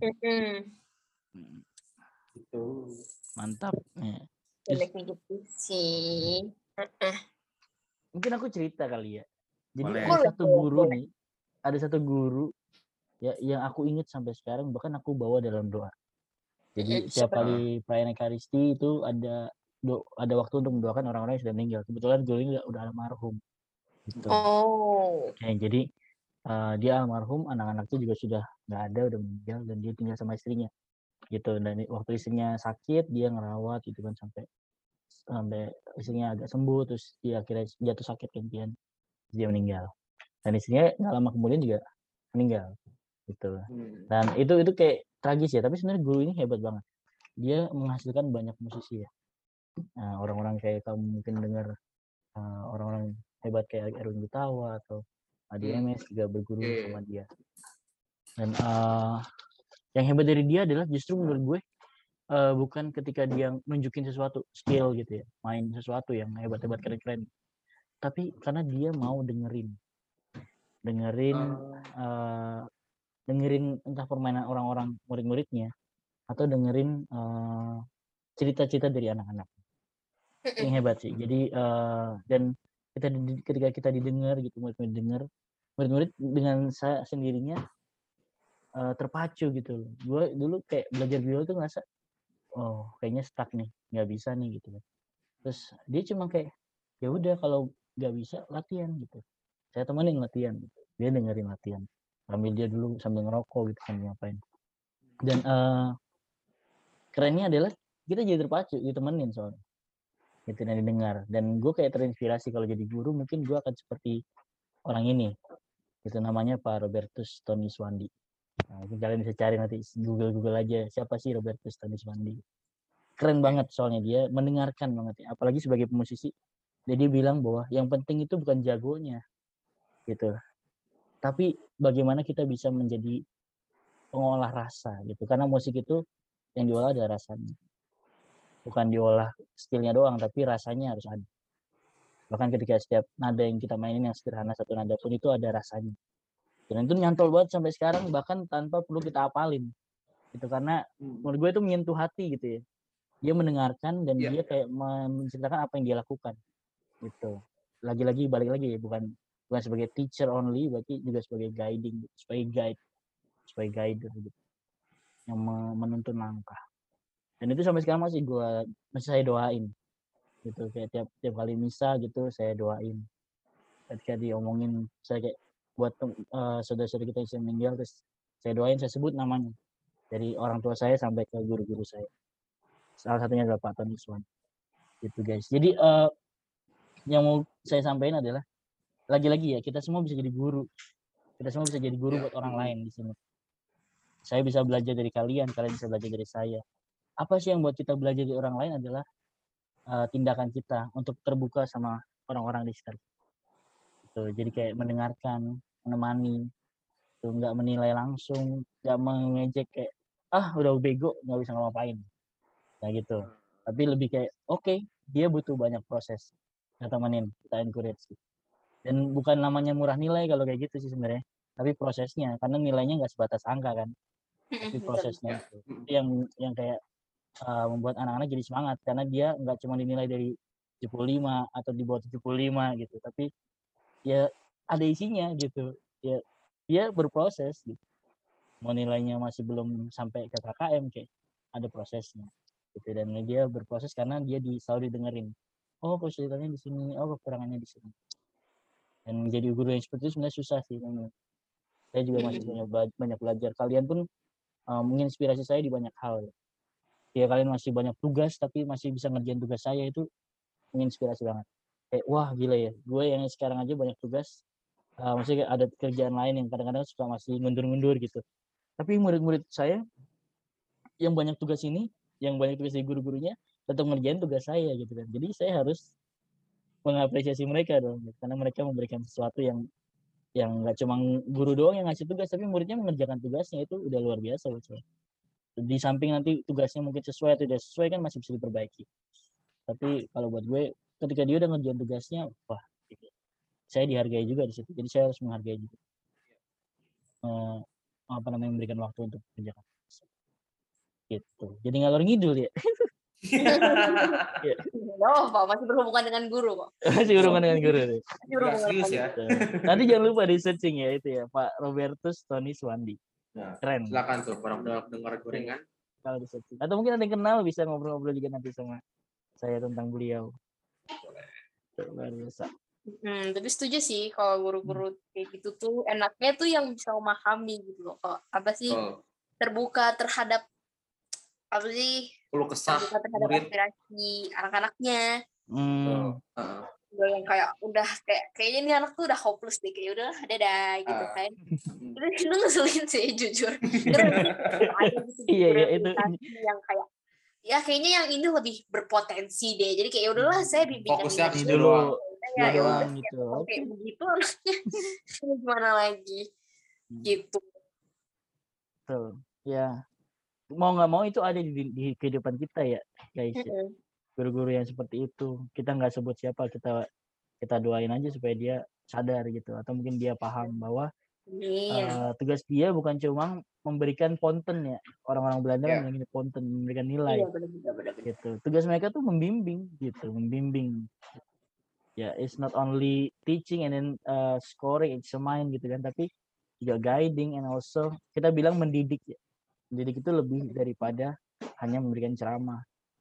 Gitu. Mantap. Gitu sih. Mungkin aku cerita kali ya. Jadi Boleh. ada satu guru ya yang aku ingat sampai sekarang, bahkan aku bawa dalam doa. Jadi setiap kali perayaan Ekaristi itu ada waktu untuk mendoakan orang-orang yang sudah meninggal. Kebetulan guru ini udah almarhum. Gitu. Jadi dia almarhum, anak-anaknya juga sudah nggak ada, udah meninggal, dan dia tinggal sama istrinya. Gitu. Dan waktu istrinya sakit, dia ngerawat gitu kan sampai istrinya agak sembuh, terus dia akhirnya jatuh sakit kemudian dia meninggal. Dan istrinya nggak lama kemudian juga meninggal. Gitu. Dan itu kayak tragis ya, tapi sebenarnya guru ini hebat banget. Dia menghasilkan banyak musisi ya. Nah, orang-orang kayak kamu mungkin dengar orang-orang hebat kayak Erwin Gutawa atau Adi MS juga berguru sama dia. Dan yang hebat dari dia adalah justru menurut gue bukan ketika dia nunjukin sesuatu skill gitu ya, main sesuatu yang hebat-hebat keren-keren, tapi karena dia mau dengerin entah permainan orang-orang murid-muridnya atau dengerin cerita-cerita dari anak-anak. Yang hebat sih. Jadi dan ketika kita didengar gitu, murid-murid dengan saya sendirinya terpacu gitu. Gue dulu kayak belajar biola tuh ngerasa kayaknya stuck nih, nggak bisa nih gitu. Terus dia cuma kayak ya udah kalau nggak bisa latihan gitu. Saya temenin latihan gitu. Dia dengerin latihan. Sambil dia dulu sambil ngerokok gitu, sambil ngapain. Dan kerennya adalah kita jadi terpacu, ditemenin soalnya. Gitu, dan didengar. Dan gue kayak terinspirasi kalau jadi guru, mungkin gue akan seperti orang ini. Itu namanya Pak Robertus Tony Swandi. Nah, mungkin kalian bisa cari nanti Google aja siapa sih Robertus Tony Swandi. Keren banget soalnya dia mendengarkan banget ya. Apalagi sebagai pemusisi. Jadi dia bilang bahwa yang penting itu bukan jagonya gitu. Tapi bagaimana kita bisa menjadi pengolah rasa gitu. Karena musik itu yang diolah adalah rasanya. Bukan diolah skillnya doang, tapi rasanya harus ada. Bahkan ketika setiap nada yang kita mainin yang sederhana satu nada pun itu ada rasanya. Dan itu nyantol banget sampai sekarang, bahkan tanpa perlu kita apalin. Gitu, karena menurut gue itu menyentuh hati gitu ya. Dia mendengarkan dan dia kayak menceritakan apa yang dia lakukan. Gitu. Lagi-lagi balik lagi ya, bukan sebagai teacher only, berarti juga sebagai guiding, sebagai guider gitu. Yang menuntun langkah. Dan itu sampai sekarang masih saya doain. Gitu, kayak tiap kali misa gitu saya doain. Ketika diomongin, saya kayak buat saudara-saudara kita yang meninggal, terus saya doain, saya sebut namanya dari orang tua saya sampai ke guru-guru saya. Salah satunya adalah Pak Tony Swan. Gitu guys. Jadi yang mau saya sampaikan adalah lagi-lagi ya, kita semua bisa jadi guru. Kita semua bisa jadi guru buat orang lain di sini. Saya bisa belajar dari kalian bisa belajar dari saya. Apa sih yang buat kita belajar dari orang lain adalah tindakan kita untuk terbuka sama orang-orang di sekitar. Gitu. Jadi kayak mendengarkan, menemani, tuh nggak menilai langsung, nggak mengejek kayak udah bego nggak bisa ngapain, nah gitu. Tapi lebih kayak oke, dia butuh banyak proses, kita temenin, kita encourage. Dan bukan namanya murah nilai kalau kayak gitu sih sebenarnya, tapi prosesnya, karena nilainya nggak sebatas angka kan, tapi prosesnya itu yang kayak membuat anak-anak jadi semangat, karena dia nggak cuma dinilai dari 75 atau di bawah 75 gitu, tapi ya ada isinya gitu ya, dia berproses gitu. Mau nilainya masih belum sampai ke KKM kayak ada prosesnya gitu, dan dia berproses karena dia selalu didengerin, kesulitannya di sini, kekurangannya di sini. Dan menjadi guru yang seperti itu sebenarnya susah sih teman. Saya juga masih banyak belajar. Kalian pun menginspirasi saya di banyak hal. Ya kalian masih banyak tugas tapi masih bisa ngerjain tugas saya, itu menginspirasi banget. Kayak wah gila ya, gue yang sekarang aja banyak tugas, maksudnya ada kerjaan lain yang kadang-kadang suka masih mundur-mundur gitu. Tapi murid-murid saya yang banyak tugas ini, yang banyak tugas dari guru-gurunya, tetap ngerjain tugas saya gitu kan. Jadi saya harus mengapresiasi mereka dong, karena mereka memberikan sesuatu yang nggak cuma guru doang yang ngasih tugas, tapi muridnya mengerjakan tugasnya, itu udah luar biasa loh coy. Di samping nanti tugasnya mungkin sesuai atau tidak sesuai kan masih bisa diperbaiki. Tapi kalau buat gue, ketika dia udah ngerjain tugasnya, wah, saya dihargai juga di situ. Jadi saya harus menghargai juga. Memberikan waktu untuk kerjakan. Gitu. Jadi ngalor ngidul ya. Oh, Pak, masih berhubungan dengan guru kok. Masih berhubungan dengan guru. Serius ya. Nanti jangan lupa di searching ya itu ya, Pak Robertus Tony Suwandi. Nah, keren. Silakan tuh para dengar gorengan. Kalau di searching. Atau mungkin ada yang kenal bisa ngobrol-ngobrol juga nanti sama saya tentang beliau. Luar biasa. Tapi setuju sih kalau guru-guru kayak gitu tuh enaknya tuh yang bisa memahami gitu loh. Kalau apa sih terbuka terhadap apa sih? Keluh kesah terhadap aspirasi anak-anaknya. Yang kayak udah kayaknya ini anak tuh udah hopeless deh, kayak udah dadah gitu kan. Itu ngeselin sih jujur. Iya itu yang kayak ya kayaknya yang ini lebih berpotensi deh. Jadi kayak udahlah saya bimbingkan fokusnya dulu. Ya doang gitu. Kayak begitu anaknya gimana lagi gitu. Tuh, ya mau nggak mau itu ada di kehidupan kita ya guys. Guru-guru yang seperti itu, kita nggak sebut siapa, kita doain aja supaya dia sadar gitu, atau mungkin dia paham bahwa tugas dia bukan cuma memberikan ponten ya, orang-orang Belanda kan bilang ini ponten, memberikan nilai. Gitu. Tugas mereka tuh membimbing gitu, ya it's not only teaching and then scoring, examine gitu kan, tapi juga guiding and also kita bilang mendidik ya. Mendidik itu lebih daripada hanya memberikan ceramah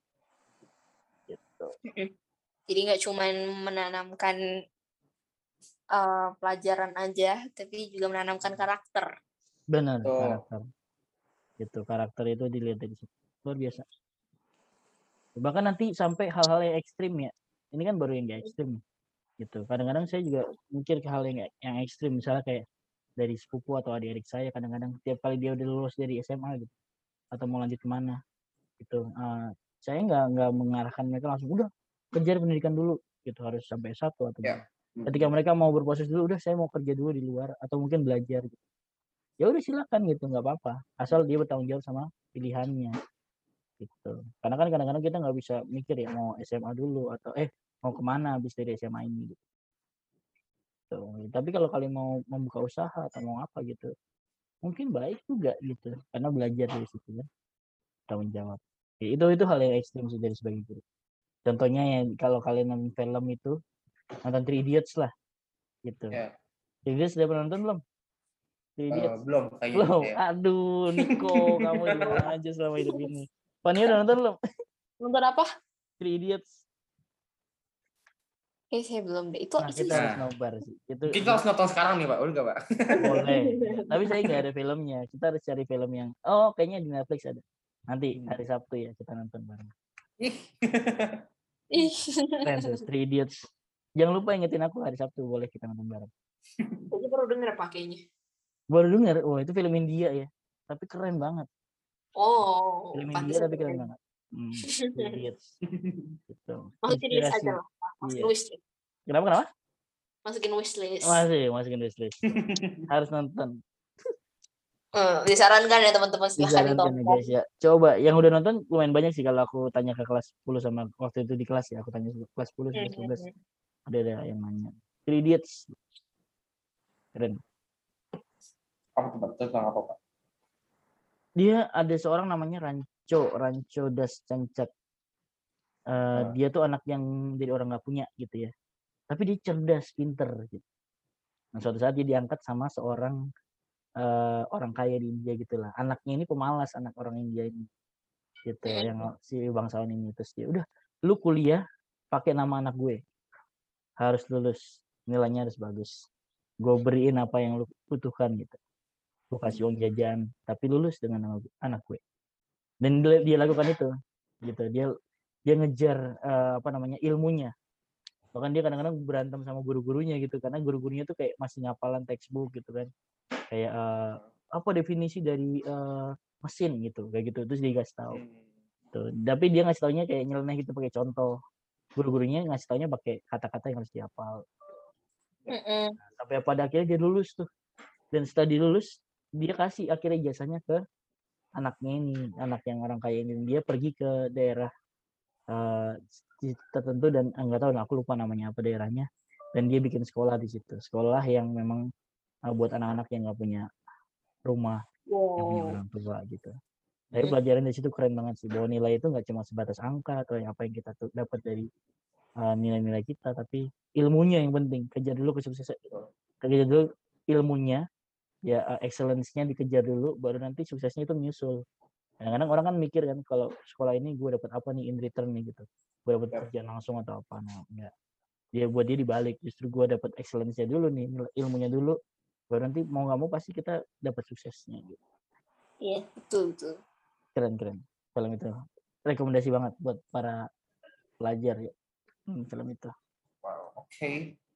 gitu. Jadi nggak cuma menanamkan pelajaran aja, tapi juga menanamkan karakter. Benar, karakter. Gitu, karakter itu dilihat dari situ. Luar biasa. Bahkan nanti sampai hal-hal yang ekstrim ya. Ini kan baru yang gak ekstrim gitu. Kadang-kadang saya juga mikir ke hal yang ekstrim, misalnya kayak dari sepupu atau adik-adik saya, kadang-kadang tiap kali dia udah lulus dari SMA gitu atau mau lanjut kemana gitu, saya nggak mengarahkan mereka langsung udah kejar pendidikan dulu gitu, harus sampai S1 atau ketika mereka mau berproses dulu, udah saya mau kerja dulu di luar atau mungkin belajar gitu. Ya udah silakan gitu, nggak apa-apa, asal dia bertanggung jawab sama pilihannya gitu. Karena kan kadang-kadang kita nggak bisa mikir ya mau SMA dulu atau mau kemana habis dari SMA ini gitu. Tapi kalau kalian mau membuka usaha atau mau apa gitu, mungkin baik juga gitu, karena belajar dari situ kan, tanggung jawab. Ya, itu hal yang ekstrim sih dari sebagai guru. Contohnya ya kalau kalian nonton film itu, nonton 3 Idiots lah gitu. 3 Idiots sudah pernah nonton belum? 3 Idiots? Belum. Aduh, Niko, kamu di mana aja selama hidup ini? Fania udah nonton belum? Nonton apa? 3 Idiots. Saya belum deh. Itu kita harus nobar sih. Kita harus nonton sekarang nih Pak, boleh nggak Pak? Boleh. Tapi saya nggak ada filmnya. Kita harus cari film yang kayaknya di Netflix ada. Nanti hari Sabtu ya kita nonton bareng. Keren tuh, 3 Idiots. Jangan lupa ingetin aku hari Sabtu, boleh kita nonton bareng. Saya baru denger pakainya. Baru denger? Oh, itu film India ya. Tapi keren banget. Oh, film India tapi keren banget. 3 Idiots. Gitu. Masukin list aja lah. Masukin wishlist. Kenapa? Masukin wishlist. Masukin wishlist. Harus nonton. Disarankan ya teman-teman, silahkan ditonton. Guys ya. Coba yang udah nonton lumayan banyak sih, kalau aku tanya ke kelas 10 sama waktu itu di kelas ya, aku tanya kelas 10 kelas 11. Ada yang nanya. 3 Idiots. Keren. Tentang apa Pak? Dia ada seorang namanya Rancho Das Cancak. Dia tuh anak yang jadi orang nggak punya gitu ya. Tapi dia cerdas, pinter gitu. Nah, suatu saat dia diangkat sama seorang orang kaya di India gitulah. Anaknya ini pemalas, anak orang India ini. Gitu, yang si bangsawan ini. Terus dia, udah, lu kuliah pakai nama anak gue. Harus lulus, nilainya harus bagus. Gue beriin apa yang lu butuhkan gitu. gue kasih uang jajan, tapi lulus dengan nama anak gue. Dan dia lakukan itu, gitu. Dia ngejar ilmunya. Bahkan dia kadang-kadang berantem sama guru-gurunya gitu, karena guru-gurunya tuh kayak masih ngapalan textbook gitu kan, kayak apa definisi dari mesin gitu, kayak gitu, terus dia kasih tahu. Tuh. Tapi dia ngasih taunya kayak nyeleneh gitu pakai contoh. Guru-gurunya ngasih taunya pakai kata-kata yang harus dihafal. Nah, sampai pada akhirnya dia lulus tuh. Dan setelah dilulus, dia kasih akhirnya jasanya ke anaknya ini, anak yang orang kaya ini. Dia pergi ke daerah tertentu dan nggak tahu, aku lupa namanya apa daerahnya. Dan dia bikin sekolah di situ. Sekolah yang memang buat anak-anak yang nggak punya rumah, yang punya orang tua gitu. Tapi pelajaran di situ keren banget sih, bahwa nilai itu nggak cuma sebatas angka atau apa yang kita dapat dari nilai-nilai kita, tapi ilmunya yang penting. Kejar dulu kesuksesan, kejar dulu ilmunya, ya excellence-nya dikejar dulu, baru nanti suksesnya itu menyusul. Kadang-kadang orang kan mikir kan, kalau sekolah ini gue dapat apa nih in return nih gitu, gue dapat kerjaan langsung atau apa. Nah enggak, buat dia dibalik, justru gue dapat excellence-nya dulu nih, ilmunya dulu, baru nanti mau nggak mau pasti kita dapat suksesnya gitu. Iya, betul. Keren film itu, rekomendasi banget buat para pelajar ya, film itu. Wow, oke.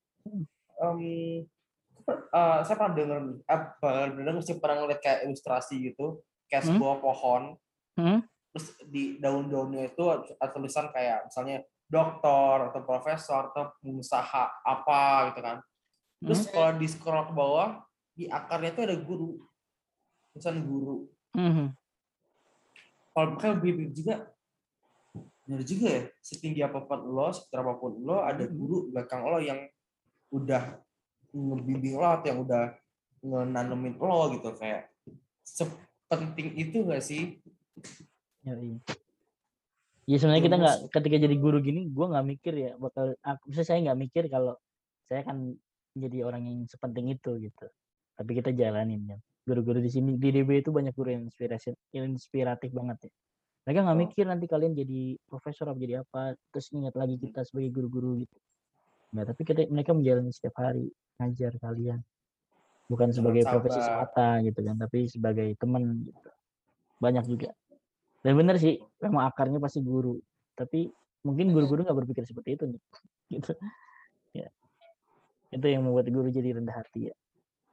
Saya pernah dengar mesti pernah ngeliat kayak ilustrasi gitu, kayak sebuah pohon, terus di daun-daunnya itu ada tulisan kayak misalnya dokter atau profesor atau pengusaha apa gitu kan. Terus kalau di scroll ke bawah, di akarnya itu ada guru, tulisan guru. Kalau kayak bibir juga, benar juga ya, setinggi apapun lo, seberapapun lo, ada guru belakang lo yang udah ngebimbing lo atau yang udah ngenanemin lo gitu, kayak sepenting itu nggak sih? Ya sebenarnya kita nggak, ketika jadi guru gini, gue nggak mikir ya misalnya saya nggak mikir kalau saya akan jadi orang yang sepenting itu gitu. Tapi kita jalanin ya. Guru-guru di sini di DB itu banyak guru yang inspiratif banget ya. Mereka nggak mikir nanti kalian jadi profesor atau jadi apa, terus ingat lagi kita sebagai guru-guru gitu. Nah, tapi mereka menjalani setiap hari ngajar kalian, bukan sebagai profesi semata gitu kan, tapi sebagai teman gitu. Banyak juga. Dan benar sih, memang akarnya pasti guru. Tapi mungkin guru-guru nggak berpikir seperti itu nih. Gitu. Ya. Itu yang membuat guru jadi rendah hati ya.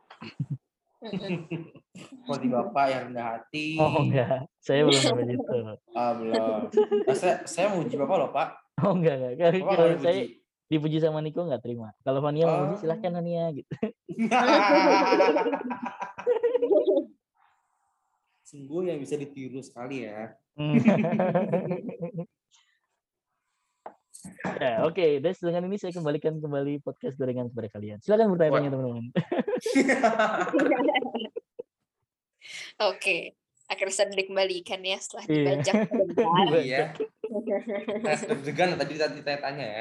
Seperti Bapak yang rendah hati. Oh enggak, saya belum sampai situ. Belum. Saya mau uji Bapak loh, Pak. Oh enggak. Kalau saya dipuji sama Niko nggak terima. Kalau Fania mau uji silahkan Fania gitu. Sungguh yang bisa ditiru sekali ya. Ya, oke. Dan dengan ini saya kembalikan kembali podcast gorengan kepada kalian. Silakan bertanya-tanya teman-teman. Oke, akhirnya saya dikembalikan ya setelah dibajak. Iya. Deg-degan tadi tanya ya.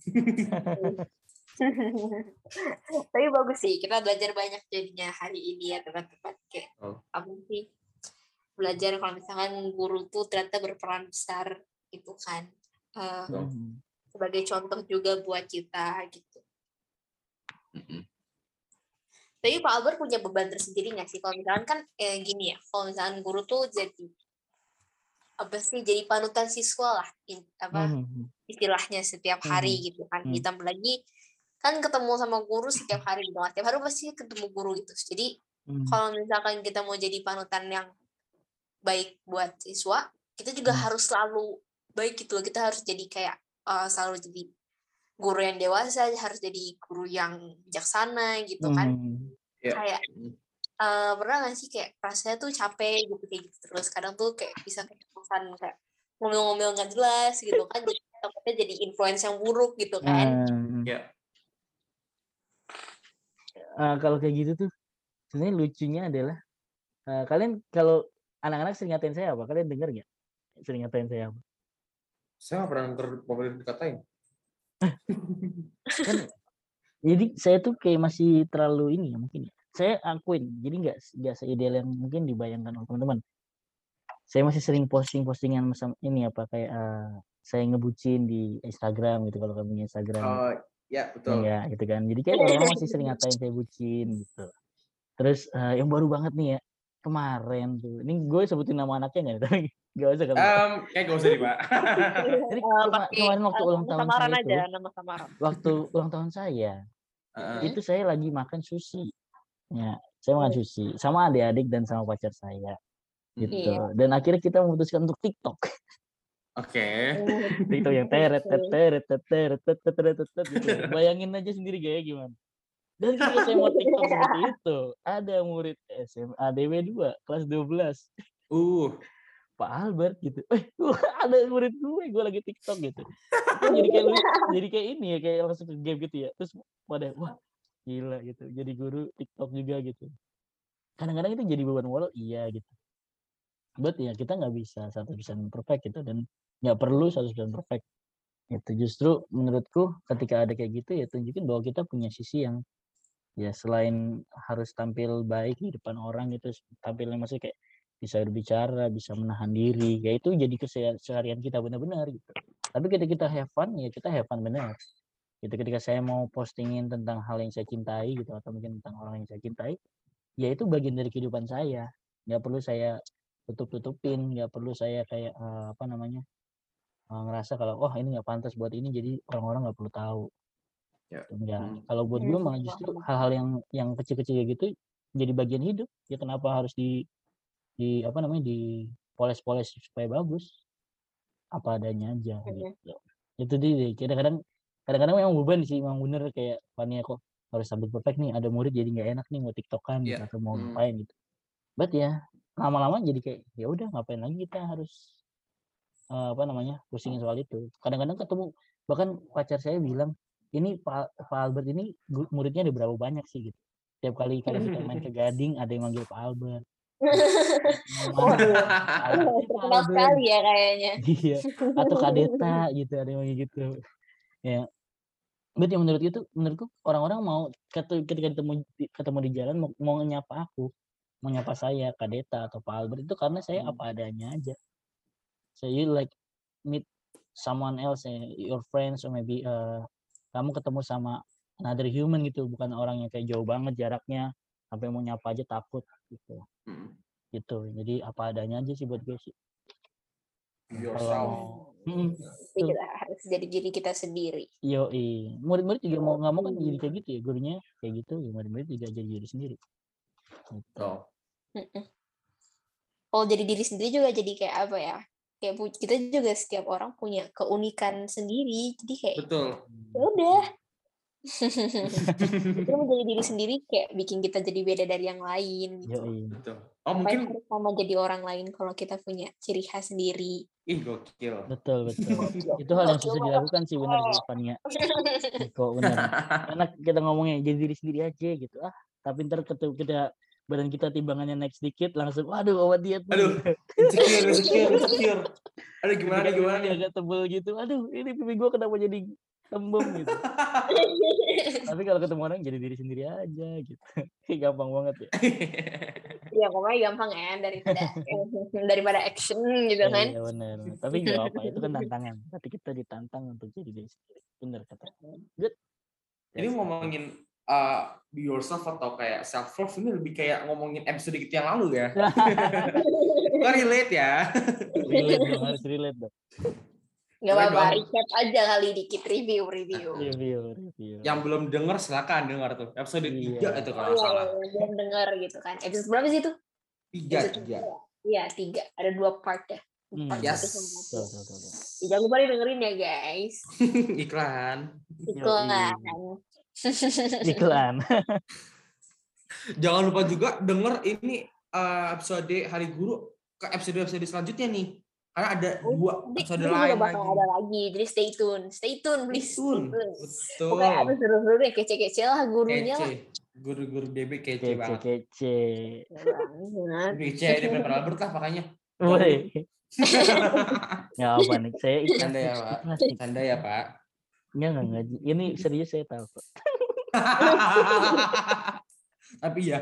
Tapi bagus sih, kita belajar banyak jadinya hari ini ya teman-teman. Kayak apa sih? Belajar kalau misalkan guru tuh ternyata berperan besar gitu kan. Sebagai contoh juga buat kita gitu. Tapi Pak Albert punya beban tersendiri nggak sih kalau misalkan kan gini ya, kalau misalkan guru tuh jadi apa sih, jadi panutan siswa lah, istilahnya setiap hari gitu kan. Ditambah lagi kan ketemu sama guru setiap hari gitu, setiap hari pasti ketemu guru gitu. Jadi kalau misalkan kita mau jadi panutan yang baik buat siswa, kita juga harus selalu baik gitu loh. Kita harus jadi kayak selalu jadi guru yang dewasa, harus jadi guru yang bijaksana gitu kan. Kayak pernah nggak sih kayak rasanya tuh capek gitu kayak gitu terus, kadang tuh kayak bisa kayak ngomel-ngomel nggak jelas gitu kan, jadi takutnya jadi influence yang buruk gitu kan. Kalau kayak gitu tuh sebenarnya lucunya adalah kalian kalau anak-anak sering ngatain saya apa? Kalian dengar nggak? Sering ngatain saya apa? Saya nggak pernah dikatain. Kan jadi saya tuh kayak masih terlalu ini ya mungkin. Saya akuin, jadi nggak seideal yang mungkin dibayangkan oleh teman-teman. Saya masih sering postingan ini apa kayak saya ngebucin di Instagram gitu, kalau kamu punya Instagram. Oh ya betul. Ya gitu kan. Jadi kayak orang masih sering ngatain saya bucin gitu. Terus yang baru banget nih ya, kemarin tuh. Ini gue sebutin nama anaknya nggak? Tapi nggak usah kali. Kayak gak usah nih Pak. Jadi kemarin waktu ulang tahun saya itu, nama samaran. waktu ulang tahun saya, itu saya lagi makan sushi. Ya, saya makan sushi sama adik-adik dan sama pacar saya. Gitu. Dan akhirnya kita memutuskan untuk TikTok. Oke. TikTok yang teret gitu. Bayangin aja sendiri gaya gimana. Dan ketika saya mau TikTok seperti itu, ada murid SMA DW 2 kelas 12. Pak Albert gitu. Ada murid gue lagi TikTok gitu. Itu jadi kayak ini ya, kayak langsung ke game gitu ya. Terus pada wah, gila gitu. Jadi guru TikTok juga gitu. Kadang-kadang itu jadi beban moral, iya gitu. But ya kita nggak bisa 100% perfect gitu dan nggak perlu 100% perfect. Itu justru menurutku ketika ada kayak gitu ya tunjukin bahwa kita punya sisi yang ya selain harus tampil baik di depan orang gitu, tampilnya maksudnya kayak bisa berbicara, bisa menahan diri, ya itu jadi keseharian kita benar-benar gitu. Tapi ketika kita have fun, ya kita have fun benar. Gitu, ketika saya mau postingin tentang hal yang saya cintai gitu atau mungkin tentang orang yang saya cintai, ya itu bagian dari kehidupan saya. Nggak perlu saya tutup-tutupin, nggak perlu saya kayak ngerasa kalau ini nggak pantas buat ini, jadi orang-orang nggak perlu tahu. Enggak. Kalau buat gue malah justru hal-hal yang kecil-kecil gitu jadi bagian hidup. Ya kenapa harus dipoles-poles supaya bagus? Apa adanya aja gitu. Itu dia. Kadang-kadang memang beban sih, memang bener kayak Fania kok harus sambil perfect nih, ada murid jadi nggak enak nih mau TikTokan gitu atau mau ngapain gitu. But ya lama-lama jadi kayak ya udah ngapain lagi kita harus pusingin soal itu. Kadang-kadang ketemu, bahkan pacar saya bilang ini Pak Albert ini muridnya ada berapa banyak sih gitu. Tiap kali kadang kita main ke Gading ada yang manggil Pak Albert. Terkenal sekali ya kayaknya. Iya. Atau Kadeta gitu, ada yang manggil gitu. Ya. But yang menurutku orang-orang mau ketika ketemu di jalan mau nyapa aku, mau nyapa saya Kadeta atau Pak Albert itu karena saya apa adanya aja. So you like meet someone else, your friends, or maybe kamu ketemu sama another human gitu, bukan orang yang kayak jauh banget jaraknya sampai mau nyapa aja takut gitu. Gitu. Jadi apa adanya aja sih buat gue sih. Kalau kita harus jadi diri kita sendiri. Yoi. Murid-murid juga mau nggak mau kan jadi kayak gitu ya, gurunya kayak gitu, ya murid-murid juga jadi diri sendiri. Gitu. Kalau jadi diri sendiri juga jadi kayak apa ya? Kayak kita juga setiap orang punya keunikan sendiri. Jadi kayak ya udah. Itu menjadi diri sendiri kayak bikin kita jadi beda dari yang lain gitu. Betul. Mungkin harus sama jadi orang lain kalau kita punya ciri khas sendiri. Gokil. Betul. Itu hal yang susah dilakukan sih, benar sih Fania. Kok benar. Enak kita ngomongnya jadi diri sendiri aja gitu. Tapi ntar kita badan kita timbangannya naik sedikit langsung waduh obat diet nih. Aduh, insecure. Aduh gimana agak tebel gitu. Aduh, ini pipi gue kenapa jadi tembem gitu. Tapi kalau ketemu orang jadi diri sendiri aja gitu. Gampang banget ya. Iya, pokoknya gampang ya daripada action gitu kan. Iya benar. Tapi nggak apa, itu kan tantangan. Tapi kita ditantang untuk jadi diri sendiri. Benar kata. Good. Ini ngomongin be yourself atau kayak self love ini lebih kayak ngomongin episode kita yang lalu ya. Kok relate ya? Harus relate dong. Gak apa-apa, recap aja kali dikit review. Yang belum denger silakan denger tuh episode 3 itu kalau salah. Belum denger gitu kan. Episode berapa sih itu? 3. Iya 3. Ada 2 part ya. Yes. Jangan lupa dengerin ya guys. Iklan. Jangan lupa juga denger ini episode Hari Guru ke episode selanjutnya nih. Karena ada 2 episode lain lagi. Ada lagi. Jadi stay tune please. Betul. Pokoknya ada seru-seru deh, kece-kece lah gurunya lah. Guru DB kece banget. Kece. Kece DB Albert lah makanya. Boleh. Nggak apa nih, saya canda ya Pak. Canda ya Pak. Nggak. Ini serius saya tahu kok. Tapi ya.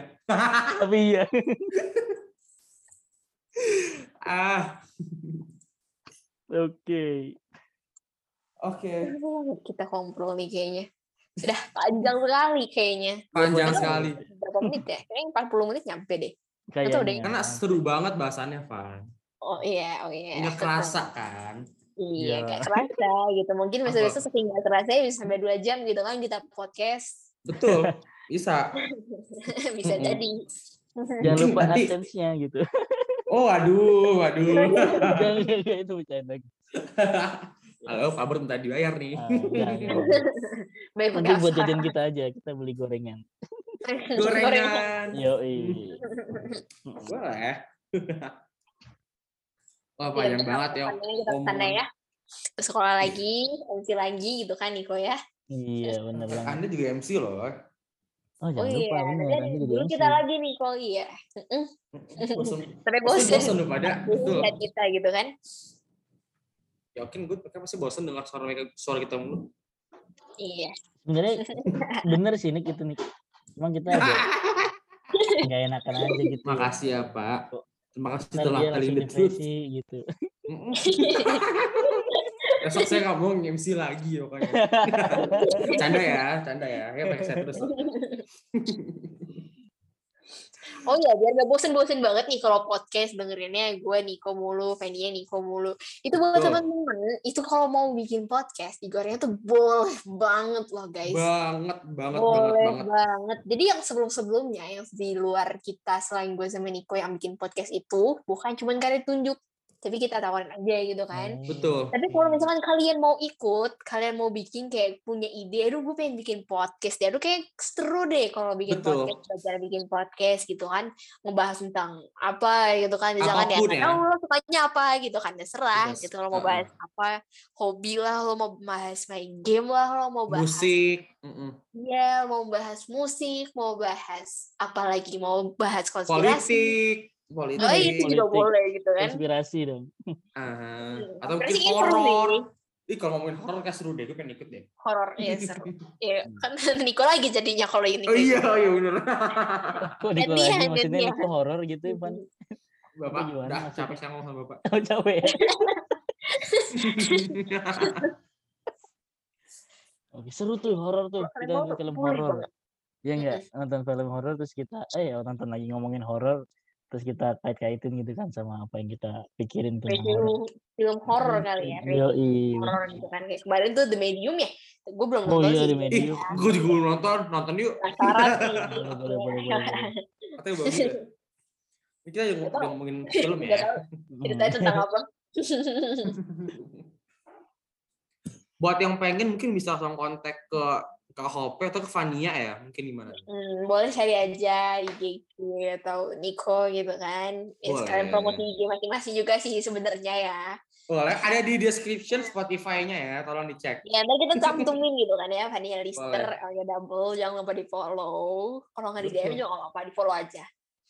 Oke. Kita ngobrol nih kayaknya. Sudah panjang sekali kayaknya. Panjang sekali. Berapa menit ya? Kayaknya 40 menit nyampe deh. Kayaknya. Karena seru banget bahasannya, Van. Oh iya. Nggak kerasa kan? Iya, gak kerasa gitu. Mungkin besok-besok saking gak kerasa ya bisa sampai 2 jam gitu kan kita podcast. Betul, bisa. Bisa jadi. Jangan lupa AdSense-nya gitu. Oh, waduh. Jangan itu bercanda. Halo, Pak Bur minta dibayar nih. Nanti buat jajan kita aja, kita beli gorengan. Gorengan. Yoi. Boleh. Wah, panjang banget ya. Kita kesana ya. Sekolah lagi, MC lagi gitu kan Niko ya. Iya, bener banget. Anda juga MC loh. Oh, jangan lupa bener. Dulu kita lagi nih kok iya. Sampai bosan udah pada. Lihat kita gitu kan. Yakin gue pasti bosan dengar suara kita mulu. Iya. Sebenarnya bener sih Nik itu Nik. Cuma kita aja nggak enakan aja gitu. Makasih ya Pak. Terima kasih telah kali gitu. Besok saya nggak mau MC lagi pokoknya. Canda ya. Ya pakai saya terus. Oh ya, biar gak bosen-bosen banget nih kalau podcast dengerinnya gue Niko mulu, Fenia Niko mulu. Itu buat teman-teman, itu kalau mau bikin podcast di gorengnya tuh boleh banget loh guys. Banget. Jadi yang sebelum-sebelumnya yang di luar kita selain gue sama Niko yang bikin podcast itu bukan cuma karya tunjuk, tapi kita tawarin aja gitu kan. Betul. Tapi kalau misalkan kalian mau ikut, kalian mau bikin kayak punya ide, aduh gue pengen bikin podcast deh, aduh kayak seru deh kalau bikin podcast, belajar bikin podcast gitu kan, ngebahas tentang apa gitu kan, misalkan lo sukanya apa gitu kan, terserah gitu, lo mau bahas apa, hobi lah, lo mau bahas main game lah, lo mau bahas musik, iya, mau bahas musik, mau bahas apa lagi, mau bahas konspirasi. Politik. Oh itu juga boleh gitu kan. Konspirasi dong. Atau mungkin horor. Kalau ngomongin horor kan seru deh, gue pengen ikut deh. Horor, iya seru. Iya, kan Niko lagi jadinya kalau ini. Oh iya bener. Kok Niko lagi, maksudnya Niko horor gitu ya, Pan? Bapak, udah capek saya ngomong sama Bapak. Oh, capek ya? Oke, seru tuh horor tuh. Kita nonton film horor. Iya enggak? Nonton film horor terus kita nonton lagi ngomongin horor. Terus kita kait-kaitin gitu kan sama apa yang kita pikirin tentang film horor kali ya. Horor gitu kan. Kayak kemarin tuh The Medium ya. Gue belum nonton. Oh iya The Medium. Gue juga belum nonton yuk. Boleh. Katanya bagus ya. Kita juga ngomongin film ya. Ceritanya tentang apa? Buat yang pengen mungkin bisa langsung kontak ke Hope atau ke Fania ya, mungkin gimana? Boleh cari aja IG atau Niko gitu kan. Sekalian promosi IG masing-masing juga sih sebenarnya ya. Boleh, ada di description Spotify-nya ya, tolong dicek. Ya, nanti kita cantumin gitu kan ya, Fania Lister, Alia Double, jangan lupa di-follow. Kalau nggak di DM juga nggak apa-apa, di-follow aja.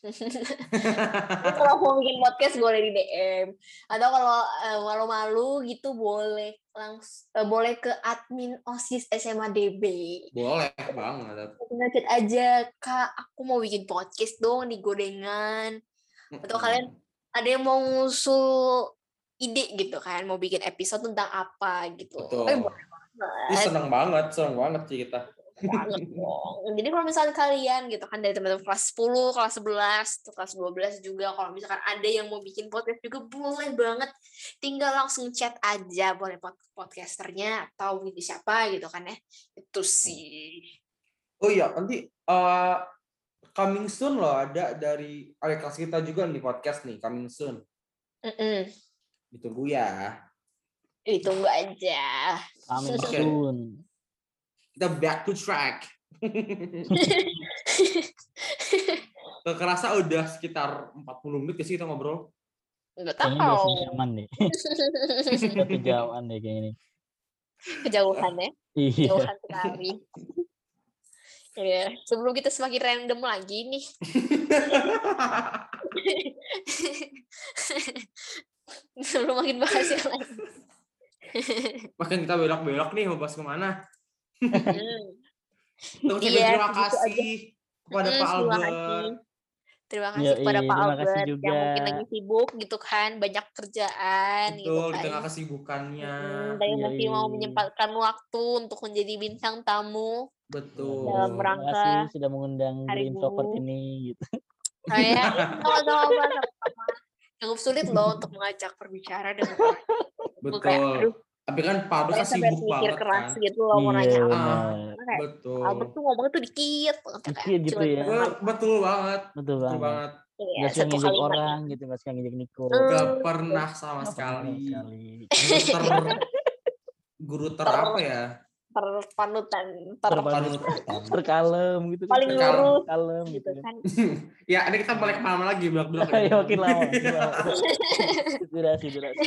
Kalau mau bikin podcast boleh di DM, atau kalau malu-malu gitu boleh boleh ke admin OSIS SMA DB. Boleh banget. Ngechat aja, Kak, aku mau bikin podcast dong di Gorengan. Atau kalian ada yang mau ngusul ide gitu kan, mau bikin episode tentang apa gitu. Betul. Boleh banget. Seneng banget sih kita. Banget dong. Jadi kalau misalnya kalian gitu kan dari teman-teman kelas 10, kelas 11, kelas 12 juga, kalau misalkan ada yang mau bikin podcast juga boleh banget, tinggal langsung chat aja, boleh podcasternya atau siapa gitu kan ya. Itu sih. Oh iya, nanti coming soon loh, ada dari adik kelas kita juga nih podcast nih, coming soon. Ditunggu ya. Ditunggu aja. Coming soon. Kita back to track. Kerasa udah sekitar 40 menit sih kita ngobrol. Enggak tahu. Kayaknya udah sejaman deh. Satu jaman deh kayaknya. Kejauhan ya? Iya. Kejauhan sekali. Ya, sebelum kita semakin random lagi nih. Sebelum makin bahas yang lain. Makin kita belok-belok nih, mau bahas kemana? Terima kasih kepada Pak Albert. Terima kasih kepada Pak terima kasih Albert juga. yang mungkin lagi sibuk gitu kan, banyak kerjaan gitu Betul, di kan. tengah kesibukannya. Tapi masih mau menyempatkan waktu untuk menjadi bintang tamu Betul. dalam Terima kasih rangka sudah mengundang Hari Green Introvert Guru. ini gitu. Saya sama-sama cukup sulit loh untuk mengajak berbicara dengan orang. Betul. Kayak, aduh, Tapi kan Pak Albert kan sampai sibuk mikir banget keras kan. gitu loh mau Iya, nanya apa. benar. Kayak, Betul. Albert tuh ngomongnya tuh dikit banget ya, Dikit gitu ya. Betul banget. Betul banget. Iya, Nggak suka satu ngejek kalimat. orang gitu, nggak suka ngejek Niko. Gak pernah sama Nggak pernah sekali. sekali. Guru apa ya? Terpanutan, terkalem gitu. paling lurus kalem gitu kan. Ya, ini kita balik kemana lagi bilang-bilang. Ayo makin lama. Durasi.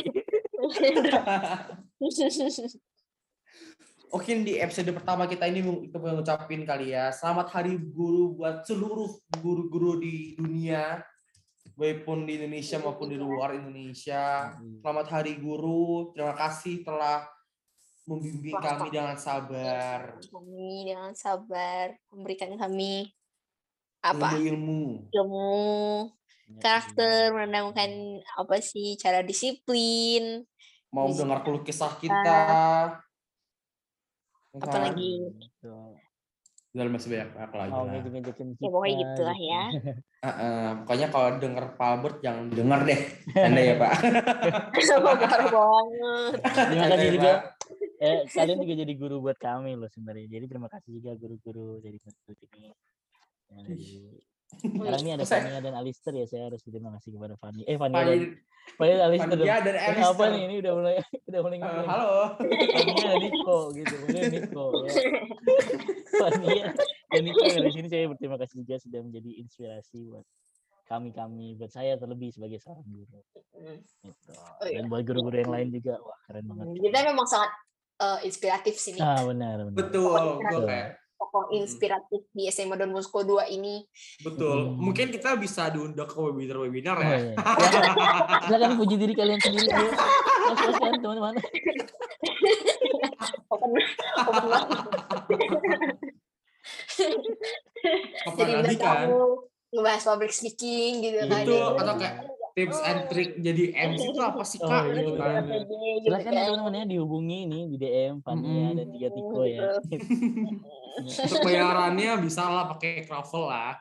Oke, di episode pertama kita ini kita mau ngucapin kali ya, selamat Hari Guru buat seluruh guru-guru di dunia, baik pun di Indonesia maupun di luar Indonesia. Selamat Hari Guru, terima kasih telah membimbing kami dengan sabar. Memberikan kami apa? Ilmu. Karakter, menanamkan apa sih cara disiplin. Mau dengar keluh kesah kita. Apalagi dalam masih banyak lagi lah. Ya pokoknya gitu lah ya. Pokoknya kalau denger Pak Albert jangan denger deh. Canda ya Pak. Parah banget. Terima kasih juga. Kalian juga jadi guru buat kami loh sebenarnya. Jadi terima kasih juga guru-guru dari Institut ini. Sekarang ini ada Fania dan Alister ya, saya harus berterima kasih kepada Fania dan Alister. Apa nih, ini udah mulai halo. Fania dan Niko gitu, Niko ya. Fania dan Niko dari sini saya berterima kasih juga sudah menjadi inspirasi buat kami buat saya terlebih sebagai seorang guru. Gitu. Dan buat guru-guru yang lain juga, wah keren banget. Kita memang sangat inspiratif sini. Benar. Betul. Tokoh inspiratif di SMA Don Bosco 2 ini. Betul. Mungkin kita bisa diundang ke webinar ya. Iya. Silakan puji diri kalian sendiri ya. Mas teman-teman. Jadi lagi kan ngebahas public speaking gitu kan. Betul, atau kayak tips and trick jadi MC itu apa sih Kak? Silakan ya teman-teman ya dihubungi nih di DM Fania dan Tiga Tiko ya. Untuk bayarannya bisa lah pakai Kravel lah.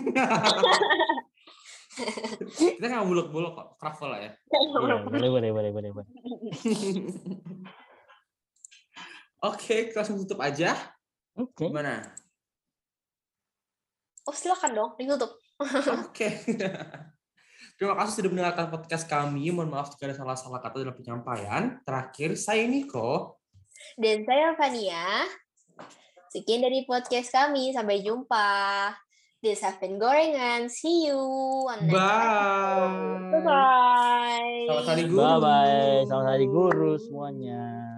Kita nggak buluk-buluk kok, Kravel lah ya. Boleh. Oke, kita langsung tutup aja. Oke. Gimana? Oh silakan dong, ditutup. Oke. Terima kasih sudah mendengarkan podcast kami. Mohon maaf jika ada salah-salah kata dalam penyampaian. Terakhir, saya Niko. Dan saya Fania. Sekian dari podcast kami. Sampai jumpa. This has been Gorengan. See you on next episode. Bye-bye. Selamat Hari Guru. Bye-bye. Selamat Hari Guru semuanya.